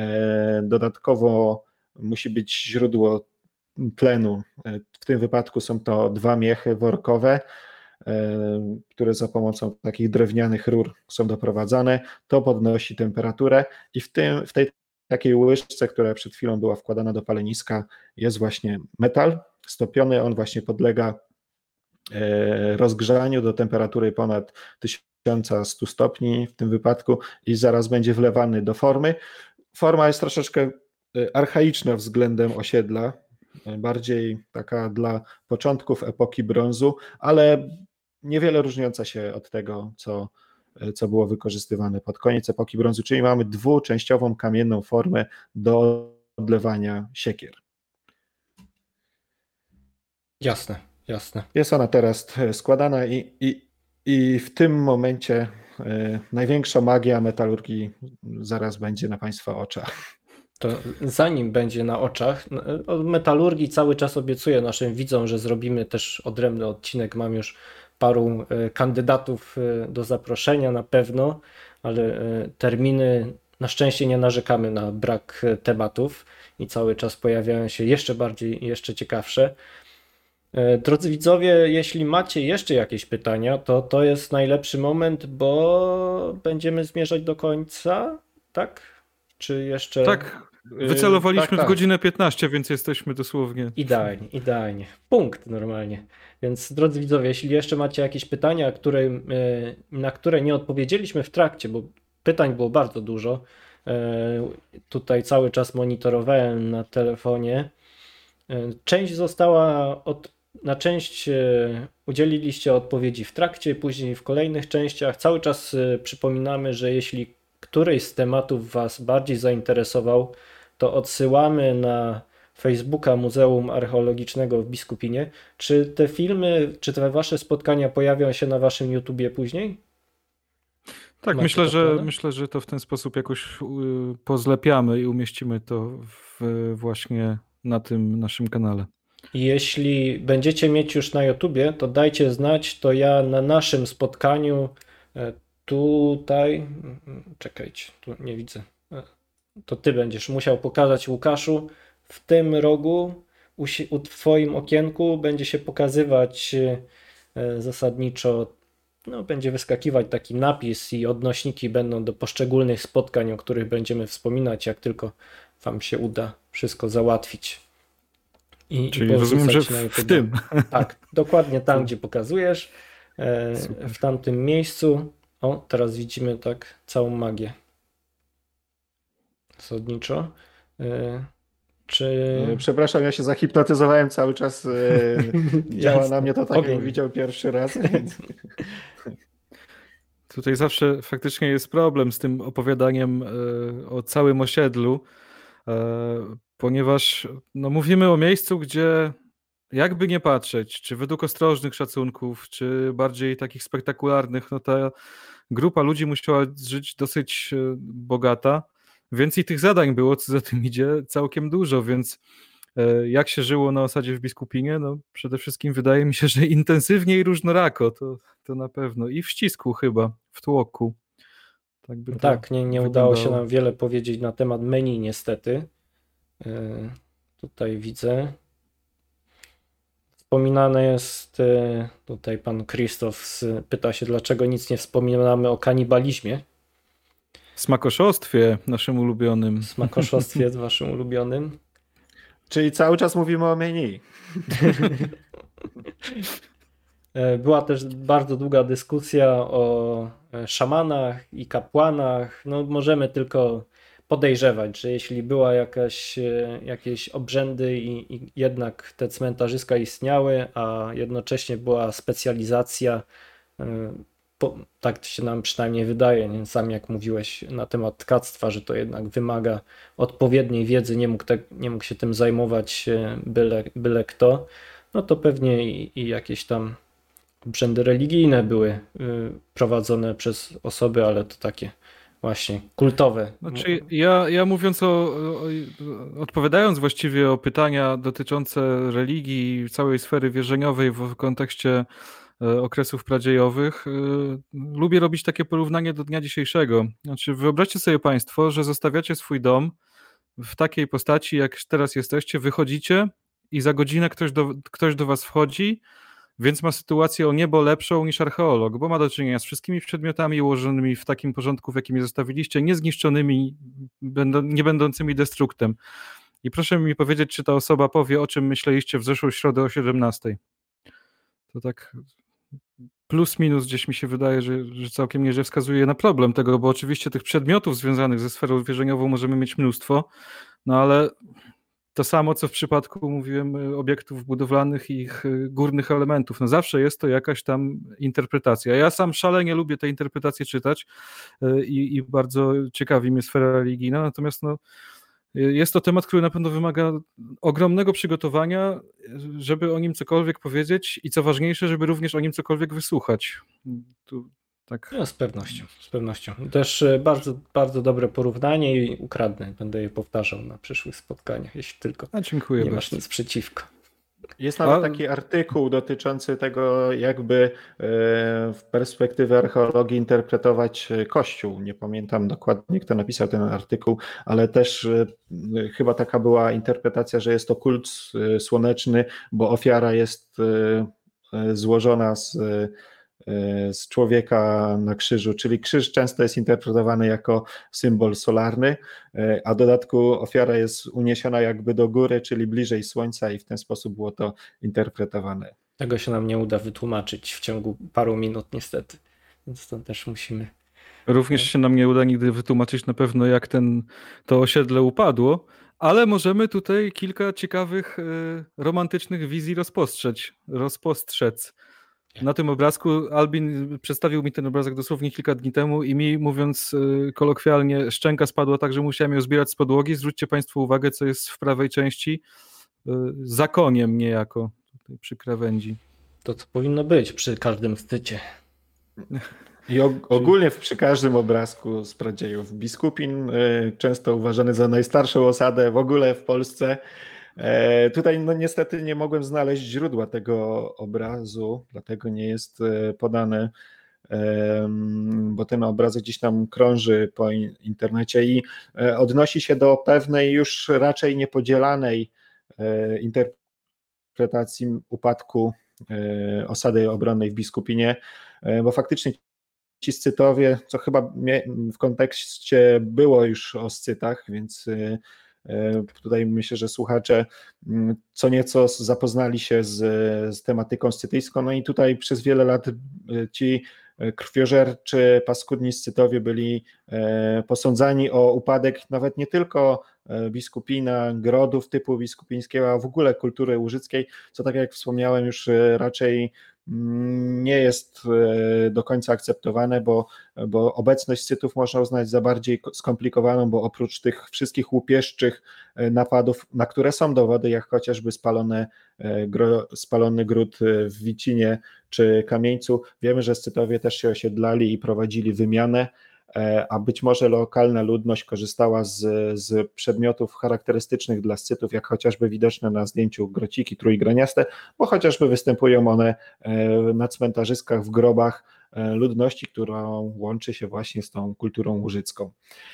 dodatkowo musi być źródło tlenu. W tym wypadku są to 2 miechy workowe, które za pomocą takich drewnianych rur są doprowadzane. To podnosi temperaturę i w tej takiej łyżce, która przed chwilą była wkładana do paleniska, jest właśnie metal stopiony. On właśnie podlega rozgrzaniu do temperatury ponad 1100 stopni w tym wypadku i zaraz będzie wlewany do formy. Forma jest troszeczkę archaiczna względem osiedla, bardziej taka dla początków epoki brązu, ale niewiele różniąca się od tego, co było wykorzystywane pod koniec epoki brązu, czyli mamy dwuczęściową kamienną formę do odlewania siekier. Jasne. Jest ona teraz składana i w tym momencie największa magia metalurgii zaraz będzie na Państwa oczach. To zanim będzie na oczach, od metalurgii cały czas obiecuję naszym widzom, że zrobimy też odrębny odcinek. Mam już paru kandydatów do zaproszenia na pewno, ale terminy, na szczęście nie narzekamy na brak tematów i cały czas pojawiają się jeszcze bardziej, jeszcze ciekawsze. Drodzy widzowie, jeśli macie jeszcze jakieś pytania, to jest najlepszy moment, bo będziemy zmierzać do końca, tak? Czy jeszcze... Tak, wycelowaliśmy tak. w godzinę 15, więc jesteśmy dosłownie... Idealnie. Punkt normalnie. Więc drodzy widzowie, jeśli jeszcze macie jakieś pytania, na które nie odpowiedzieliśmy w trakcie, bo pytań było bardzo dużo, tutaj cały czas monitorowałem na telefonie. Na część udzieliliście odpowiedzi w trakcie, później w kolejnych częściach. Cały czas przypominamy, że jeśli któryś z tematów Was bardziej zainteresował, to odsyłamy na Facebooka Muzeum Archeologicznego w Biskupinie. Czy te filmy, czy te Wasze spotkania pojawią się na Waszym YouTubie później? Tak, myślę, że to w ten sposób jakoś pozlepiamy i umieścimy to właśnie na tym naszym kanale. Jeśli będziecie mieć już na YouTubie, to dajcie znać, to ja na naszym spotkaniu tutaj, czekajcie, tu nie widzę, to Ty będziesz musiał pokazać, Łukaszu, w tym rogu, w Twoim okienku będzie się pokazywać zasadniczo, będzie wyskakiwać taki napis i odnośniki będą do poszczególnych spotkań, o których będziemy wspominać, jak tylko Wam się uda wszystko załatwić. Czyli rozumiem, że w tym. Tak, dokładnie tam, gdzie pokazujesz, w tamtym miejscu. O, teraz widzimy tak całą magię. Zasadniczo. Przepraszam, ja się zahipnotyzowałem cały czas. Działa na mnie to tak, jak widział pierwszy raz. Tutaj zawsze faktycznie jest problem z tym opowiadaniem o całym osiedlu, ponieważ mówimy o miejscu, gdzie jakby nie patrzeć, czy według ostrożnych szacunków, czy bardziej takich spektakularnych, no ta grupa ludzi musiała żyć dosyć bogata, więc i tych zadań było, co za tym idzie, całkiem dużo, więc jak się żyło na osadzie w Biskupinie? No przede wszystkim wydaje mi się, że intensywnie i różnorako, to na pewno. I w ścisku chyba, w tłoku. Tak by to Tak, nie udało się wyglądało. nam wiele powiedzieć na temat menu niestety. Tutaj widzę. Wspominane jest, tutaj pan Krzysztof pyta się, dlaczego nic nie wspominamy o kanibalizmie, Smakoszostwie naszym ulubionym. smakoszostwie waszym ulubionym. Czyli cały czas mówimy o menu. Była też bardzo długa dyskusja o szamanach i kapłanach. No, możemy tylko podejrzewać, że jeśli była jakieś obrzędy i jednak te cmentarzyska istniały, a jednocześnie była specjalizacja, tak się nam przynajmniej wydaje, nie? Sam jak mówiłeś na temat tkactwa, że to jednak wymaga odpowiedniej wiedzy, nie mógł się tym zajmować byle kto, no to pewnie i jakieś tam obrzędy religijne były prowadzone przez osoby, ale to takie właśnie kultowe. Znaczy, ja mówiąc odpowiadając właściwie o pytania dotyczące religii i całej sfery wierzeniowej w kontekście okresów pradziejowych, lubię robić takie porównanie do dnia dzisiejszego. Znaczy, wyobraźcie sobie Państwo, że zostawiacie swój dom w takiej postaci, jak teraz jesteście, wychodzicie i za godzinę ktoś do Was wchodzi, więc ma sytuację o niebo lepszą niż archeolog, bo ma do czynienia z wszystkimi przedmiotami ułożonymi w takim porządku, w jakim je zostawiliście, niezniszczonymi, nie będącymi destruktem. I proszę mi powiedzieć, czy ta osoba powie, o czym myśleliście w zeszłą środę o 17. To tak plus minus gdzieś mi się wydaje, że całkiem nieźle wskazuje na problem tego, bo oczywiście tych przedmiotów związanych ze sferą wierzeniową możemy mieć mnóstwo, no ale to samo, co w przypadku, mówiłem, obiektów budowlanych i ich górnych elementów. No zawsze jest to jakaś tam interpretacja. Ja sam szalenie lubię te interpretacje czytać i bardzo ciekawi mnie sfera religijna, natomiast no, jest to temat, który na pewno wymaga ogromnego przygotowania, żeby o nim cokolwiek powiedzieć i co ważniejsze, żeby również o nim cokolwiek wysłuchać. Tu tak. No, z pewnością, z pewnością. Też bardzo, bardzo dobre porównanie i ukradnę. Będę je powtarzał na przyszłych spotkaniach, jeśli tylko Dziękuję nie bardzo. masz nic przeciwko. Jest nawet taki artykuł dotyczący tego, jakby w perspektywie archeologii interpretować Kościół. Nie pamiętam dokładnie, kto napisał ten artykuł, ale też chyba taka była interpretacja, że jest to kult słoneczny, bo ofiara jest złożona z człowieka na krzyżu, czyli krzyż często jest interpretowany jako symbol solarny, a w dodatku ofiara jest uniesiona jakby do góry, czyli bliżej słońca i w ten sposób było to interpretowane. Tego się nam nie uda wytłumaczyć w ciągu paru minut niestety, więc to też musimy. Również się nam nie uda nigdy wytłumaczyć na pewno, jak to osiedle upadło, ale możemy tutaj kilka ciekawych, romantycznych wizji rozpostrzec. Na tym obrazku Albin przedstawił mi ten obrazek dosłownie kilka dni temu i mi, mówiąc kolokwialnie, szczęka spadła tak, że musiałem ją zbierać z podłogi. Zwróćcie Państwo uwagę, co jest w prawej części. Za koniem niejako, tutaj przy krawędzi. To co powinno być przy każdym szczycie. I ogólnie przy każdym obrazku z pradziejów. Biskupin, często uważany za najstarszą osadę w ogóle w Polsce. Tutaj no niestety nie mogłem znaleźć źródła tego obrazu, dlatego nie jest podany, bo ten obrazek gdzieś tam krąży po internecie i odnosi się do pewnej już raczej niepodzielanej interpretacji upadku osady obronnej w Biskupinie, bo faktycznie ci Scytowie, co chyba w kontekście było już o Scytach, więc tutaj myślę, że słuchacze co nieco zapoznali się z tematyką scytyjską, no i tutaj przez wiele lat ci krwiożerczy, paskudni Scytowie byli posądzani o upadek nawet nie tylko Biskupina, grodów typu biskupińskiego, a w ogóle kultury łużyckiej, co tak jak wspomniałem już raczej nie jest do końca akceptowane, bo obecność scytów można uznać za bardziej skomplikowaną, bo oprócz tych wszystkich łupieszczych napadów, na które są dowody, jak chociażby spalony gród w Wicinie czy Kamieńcu, wiemy, że Scytowie też się osiedlali i prowadzili wymianę, a być może lokalna ludność korzystała z przedmiotów charakterystycznych dla Scytów, jak chociażby widoczne na zdjęciu grociki trójgraniaste, bo chociażby występują one na cmentarzyskach w grobach ludności, która łączy się właśnie z tą kulturą łużycką.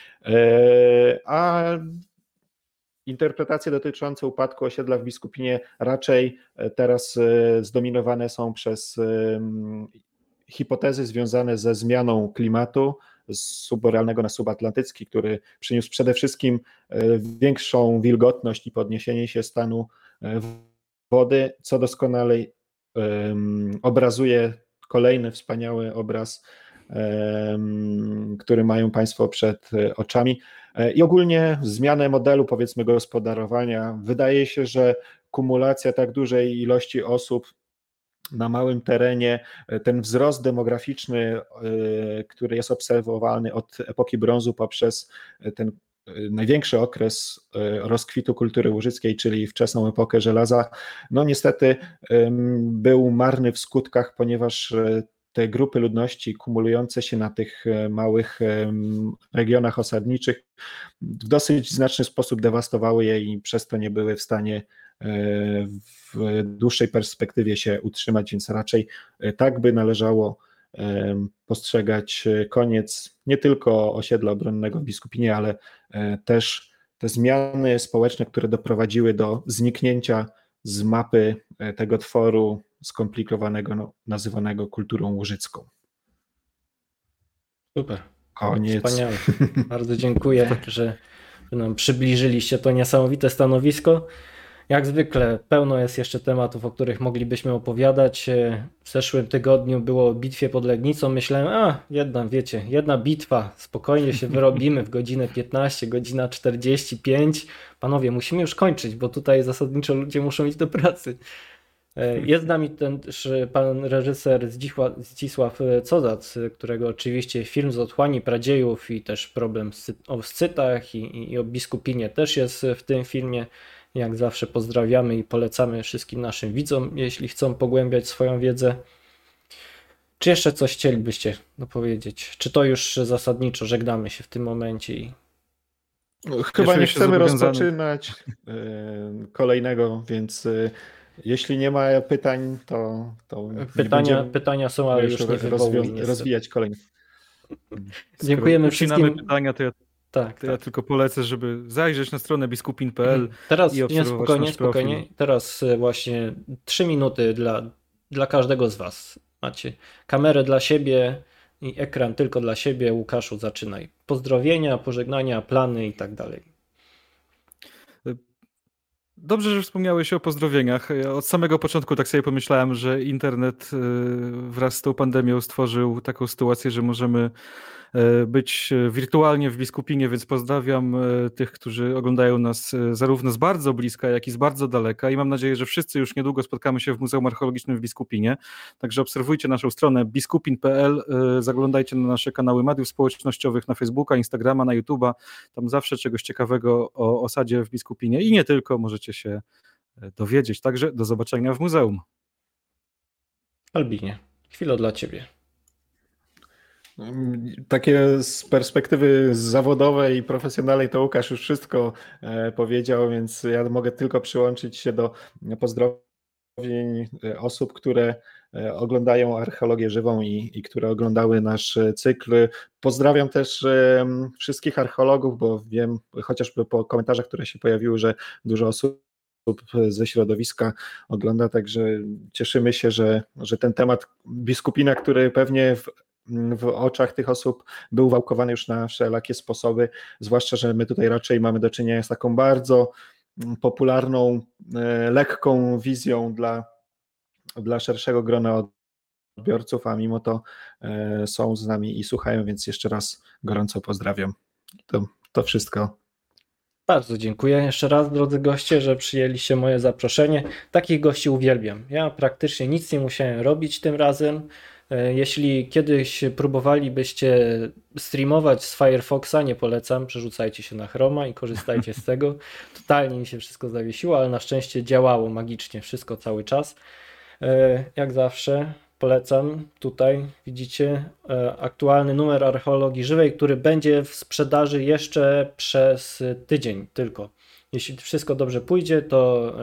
A interpretacje dotyczące upadku osiedla w Biskupinie raczej teraz zdominowane są przez hipotezy związane ze zmianą klimatu z subborealnego na subatlantycki, który przyniósł przede wszystkim większą wilgotność i podniesienie się stanu wody, co doskonale obrazuje kolejny wspaniały obraz, który mają Państwo przed oczami. I ogólnie zmianę modelu, powiedzmy, gospodarowania. Wydaje się, że kumulacja tak dużej ilości osób na małym terenie, ten wzrost demograficzny, który jest obserwowany od epoki brązu poprzez ten największy okres rozkwitu kultury łużyckiej, czyli wczesną epokę żelaza, no niestety był marny w skutkach, ponieważ te grupy ludności kumulujące się na tych małych regionach osadniczych w dosyć znaczny sposób dewastowały je i przez to nie były w stanie w dłuższej perspektywie się utrzymać, więc raczej tak by należało postrzegać koniec nie tylko osiedla obronnego w Biskupinie, ale też te zmiany społeczne, które doprowadziły do zniknięcia z mapy tego tworu skomplikowanego, nazywanego kulturą łużycką. Super. Koniec. Wspaniale. Bardzo dziękuję, że nam przybliżyliście to niesamowite stanowisko. Jak zwykle pełno jest jeszcze tematów, o których moglibyśmy opowiadać. W zeszłym tygodniu było o bitwie pod Legnicą. Myślałem, jedna bitwa, spokojnie się wyrobimy w godzinę 15, godzina 45. Panowie, musimy już kończyć, bo tutaj zasadniczo ludzie muszą iść do pracy. Jest z nami też pan reżyser Zdzisław Cozac, którego oczywiście film z otchłani pradziejów i też problem o Scytach i o Biskupinie też jest w tym filmie. Jak zawsze pozdrawiamy i polecamy wszystkim naszym widzom, jeśli chcą pogłębiać swoją wiedzę. Czy jeszcze coś chcielibyście dopowiedzieć? Czy to już zasadniczo żegnamy się w tym momencie? Chyba nie chcemy rozpoczynać kolejnego, więc jeśli nie ma pytań, to pytania są, ale już nie rozwijać kolejnych. Dziękujemy wszystkim. Pytania, to ja tylko polecę, żeby zajrzeć na stronę biskupin.pl teraz i obserwować spokojnie. Teraz właśnie 3 minuty dla każdego z was. Macie kamerę dla siebie i ekran tylko dla siebie. Łukaszu, zaczynaj. Pozdrowienia, pożegnania, plany i tak dalej. Dobrze, że wspomniałeś o pozdrowieniach. Od samego początku tak sobie pomyślałem, że internet wraz z tą pandemią stworzył taką sytuację, że możemy być wirtualnie w Biskupinie, więc pozdrawiam tych, którzy oglądają nas zarówno z bardzo bliska, jak i z bardzo daleka i mam nadzieję, że wszyscy już niedługo spotkamy się w Muzeum Archeologicznym w Biskupinie. Także obserwujcie naszą stronę biskupin.pl, zaglądajcie na nasze kanały mediów społecznościowych, na Facebooka, Instagrama, na YouTube'a. Tam zawsze czegoś ciekawego o osadzie w Biskupinie i nie tylko możecie się dowiedzieć. Także do zobaczenia w muzeum. Albinie, chwila dla ciebie. Takie z perspektywy zawodowej i profesjonalnej to Łukasz już wszystko powiedział, więc ja mogę tylko przyłączyć się do pozdrowień osób, które oglądają archeologię żywą i które oglądały nasz cykl. Pozdrawiam też wszystkich archeologów, bo wiem chociażby po komentarzach, które się pojawiły, że dużo osób ze środowiska ogląda, także cieszymy się, że ten temat Biskupina, który pewnie w oczach tych osób był wałkowany już na wszelakie sposoby, zwłaszcza, że my tutaj raczej mamy do czynienia z taką bardzo popularną, lekką wizją dla szerszego grona odbiorców, a mimo to są z nami i słuchają, więc jeszcze raz gorąco pozdrawiam. To wszystko. Bardzo dziękuję jeszcze raz, drodzy goście, że przyjęliście moje zaproszenie. Takich gości uwielbiam. Ja praktycznie nic nie musiałem robić tym razem. Jeśli kiedyś próbowalibyście streamować z Firefoxa, nie polecam, przerzucajcie się na Chroma i korzystajcie z tego. Totalnie mi się wszystko zawiesiło, ale na szczęście działało magicznie wszystko cały czas. Jak zawsze polecam. Tutaj widzicie aktualny numer Archeologii Żywej, który będzie w sprzedaży jeszcze przez tydzień tylko. Jeśli wszystko dobrze pójdzie, to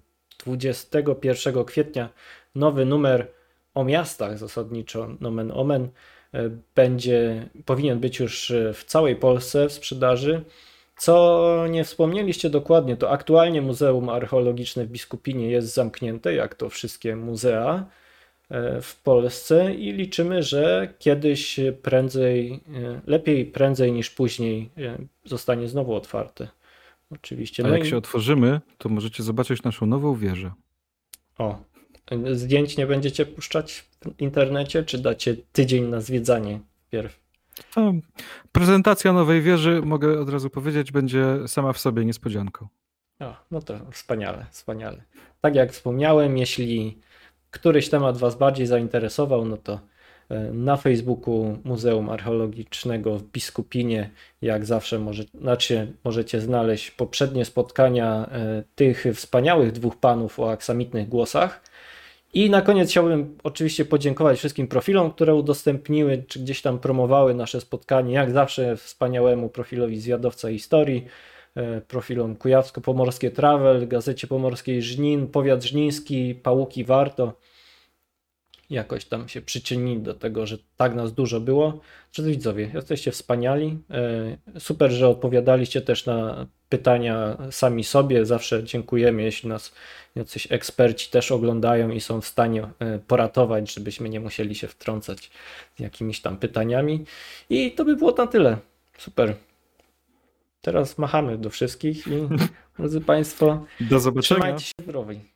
21 kwietnia nowy numer o miastach zasadniczo, nomen omen, powinien być już w całej Polsce w sprzedaży. Co nie wspomnieliście dokładnie, to aktualnie Muzeum Archeologiczne w Biskupinie jest zamknięte, jak to wszystkie muzea w Polsce i liczymy, że kiedyś lepiej prędzej niż później zostanie znowu otwarte. Oczywiście. A jak się otworzymy, to możecie zobaczyć naszą nową wieżę. O, zdjęć nie będziecie puszczać w internecie, czy dacie tydzień na zwiedzanie wpierw? Prezentacja nowej wieży, mogę od razu powiedzieć, będzie sama w sobie niespodzianką. No to wspaniale, wspaniale. Tak jak wspomniałem, jeśli któryś temat Was bardziej zainteresował, no to na Facebooku Muzeum Archeologicznego w Biskupinie, jak zawsze możecie znaleźć poprzednie spotkania tych wspaniałych dwóch panów o aksamitnych głosach. I na koniec chciałbym oczywiście podziękować wszystkim profilom, które udostępniły, czy gdzieś tam promowały nasze spotkanie. Jak zawsze wspaniałemu profilowi Zwiadowca Historii, profilom Kujawsko-Pomorskie Travel, Gazecie Pomorskiej Żnin, Powiat Żniński, Pałuki Warto. Jakoś tam się przyczynili do tego, że tak nas dużo było. Drodzy widzowie, jesteście wspaniali. Super, że odpowiadaliście też na pytania sami sobie. Zawsze dziękujemy, jeśli nas jacyś eksperci też oglądają i są w stanie poratować, żebyśmy nie musieli się wtrącać z jakimiś tam pytaniami. I to by było na tyle. Super. Teraz machamy do wszystkich i drodzy Państwo, Do zobaczenia. trzymajcie się zdrowi.